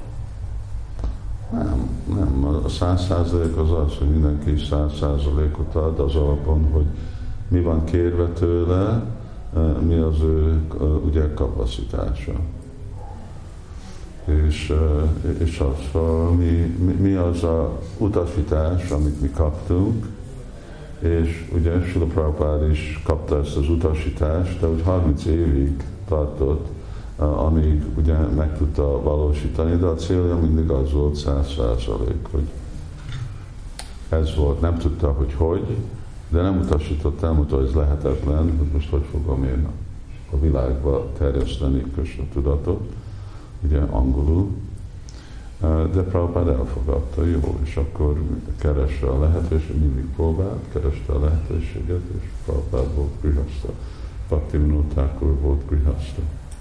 Nem, a 100% az az, hogy mindenki 100%-ot ad az alapon, hogy mi van kérve tőle, mi az ő ugye kapacitása. És az, mi az a utasítás, amit mi kaptunk, és ugye Srila Prabhupád is kapta ezt az utasítást, de úgy 30 évig tartott, amíg ugye meg tudta valósítani, de a célja mindig az volt 100%, hogy ez volt, nem tudta, hogy, de nem utasított, elmondta, hogy ez lehetetlen, hogy most hogy fogom én a világba terjeszteni Krishna tudatot, ugye angolul, de Prabhupád elfogadta, jó, és akkor keresse a lehetőséget, mindig próbált, kereste a lehetőséget, és Prabhupád volt grihaszta, Bhaktivinoda Thakur volt grihaszta.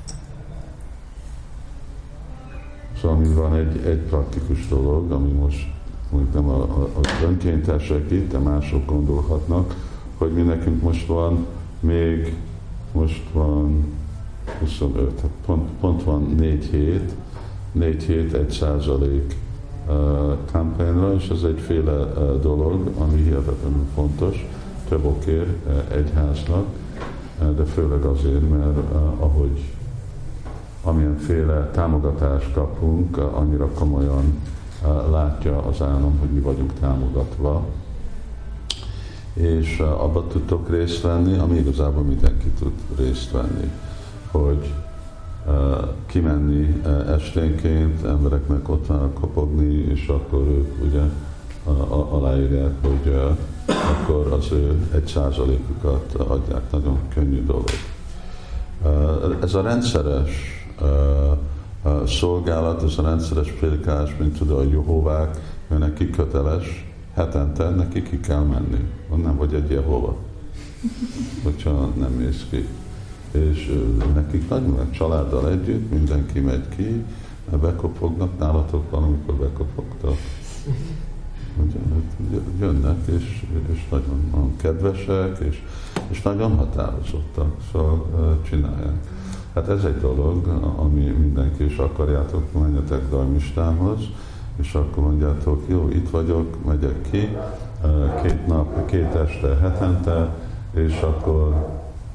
Szóval van egy praktikus dolog, ami most nem az önkéntesek itt, de mások gondolhatnak, hogy mi nekünk most van 25, pont van 4 hét 1% kampányra, és ez egyféle dolog, ami hihetetlenül fontos, több okér egyháznak, de főleg azért, mert amilyenféle támogatást kapunk, annyira komolyan látja az állam, hogy mi vagyunk támogatva, és abban tudtok részt venni, ami igazából mindenki tud részt venni, hogy kimenni esténként, embereknek ott van kopogni, és akkor ők ugye aláírják, hogy akkor az ő 1%-ukat adják. Nagyon könnyű dolog. Ez a rendszeres szolgálat, ez a rendszeres prédikálás, mint tudod, a Jehovák, mert neki köteles, hetente neki ki kell menni. Nem vagy egy Jehova, hogyha nem mész ki. És nekik nagyon, a családdal együtt mindenki megy ki, bekopognak, nálatok valamikor bekopogtak. Jönnek, és nagyon kedvesek, és nagyon határozottak, szóval csinálják. Hát ez egy dolog, ami mindenki is akarjátok, menjetek Dharmistához, és akkor mondjátok, jó, itt vagyok, megyek ki, 2 nap, 2 este, hetente, és akkor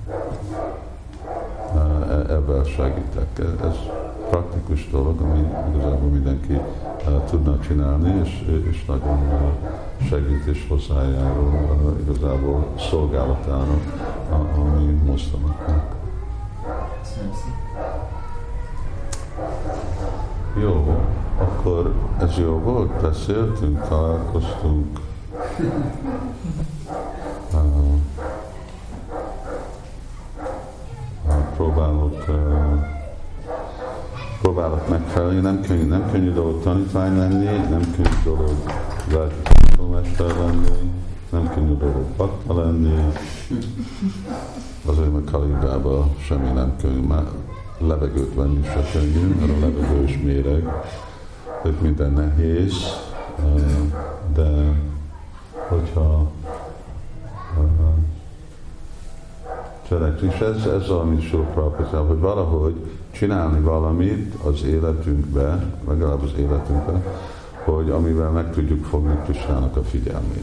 ebben segítek. Ez praktikus dolog, ami igazából mindenki tudna csinálni, és nagyon segít és hozzájárul igazából szolgálatának, ami moszlamoknak. Jó. akkor ez jó volt, beszéltünk, találkoztunk. Próbálok megfelelni, nem könnyű dolog tanítvány lenni, nem könnyű dolog lelki tanítómester lenni, nem könnyű dolog bakta lenni, azért, mert Kaligában semmi nem könnyű, már levegőt venni se könnyű, mert a levegő is méreg, hogy minden nehéz, de hogyha cselekedni, és ez valami Srila Prabhupada, hogy valahogy csinálni valamit az életünkbe, legalább az életünkbe, hogy amivel meg tudjuk fogni Krisnának a figyelmét.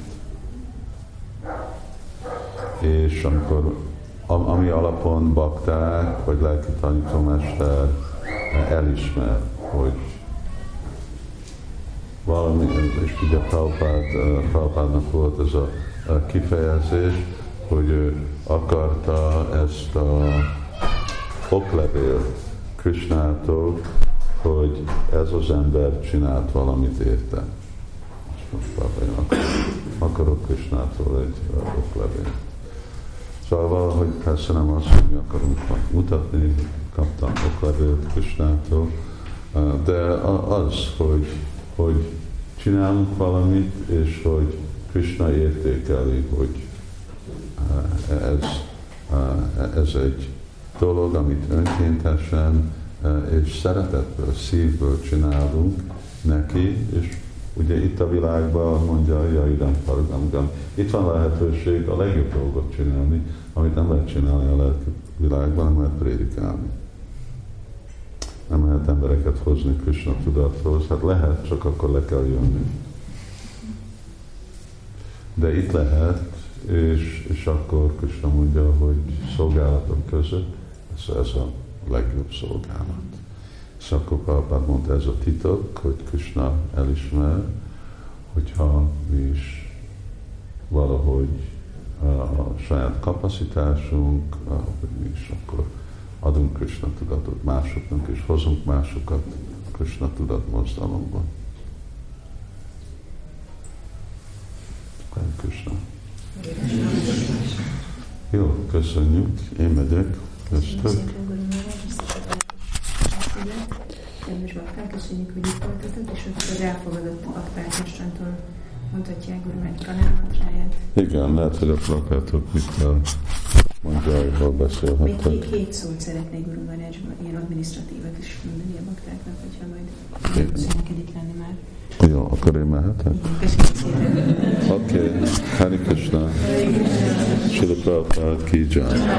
És amikor ami alapon bakták, vagy lelki tanítómester elismer, hogy valami, és ugye Prabhupádnak volt ez a kifejezés, hogy ő akarta ezt a oklevél Krisnától, hogy ez az ember csinált valamit érte. És most akarok Krisnától egy oklevél. Szóval valahogy persze nem az, hogy mi akarunk mutatni, kaptam oklevélt Krisnától, de az, hogy csinálunk valamit, és hogy Krishna értékeli, hogy ez egy dolog, amit önkéntesen és szeretetből, szívből csinálunk neki, és ugye itt a világban mondja, Jaidam Paragamgam, itt van lehetőség a legjobb dolgot csinálni, amit nem lehet csinálni a lelki világban, nem lehet prédikálni. Nem lehet embereket hozni Krishna tudathoz, hát lehet, csak akkor le kell jönni. De itt lehet, és akkor Krishna mondja, hogy szolgálatok között ez a legjobb szolgálat. És akkor Prabhupád mondta, ez a titok, hogy Krishna elismer, hogyha mi is valahogy a saját kapacitásunk, hogy mi is akkor adunk Krishna tudatot másoknak, és hozunk másokat Krishna tudat mozdalomban. Krishna. Jó, köszönjük. Én megyek. Köztök. Kedves bakták, köszönjük, hogy itt voltatok, és az elfogadott bakták mostantól mondhatják Guru Maharaj kanálmantráját. Igen, lehet, hogy a plakátok mit mondja, beszélhettek. Még két szót szeretnék Guru Maharaj, ilyen adminisztratívat is mondani a baktáknak, hogyha majd neked itt lenni már. Jó, akkor én mehetek? Igen, köszönjük szépen. Oké, Hare Krishna. Srila Prabhupada ki jai.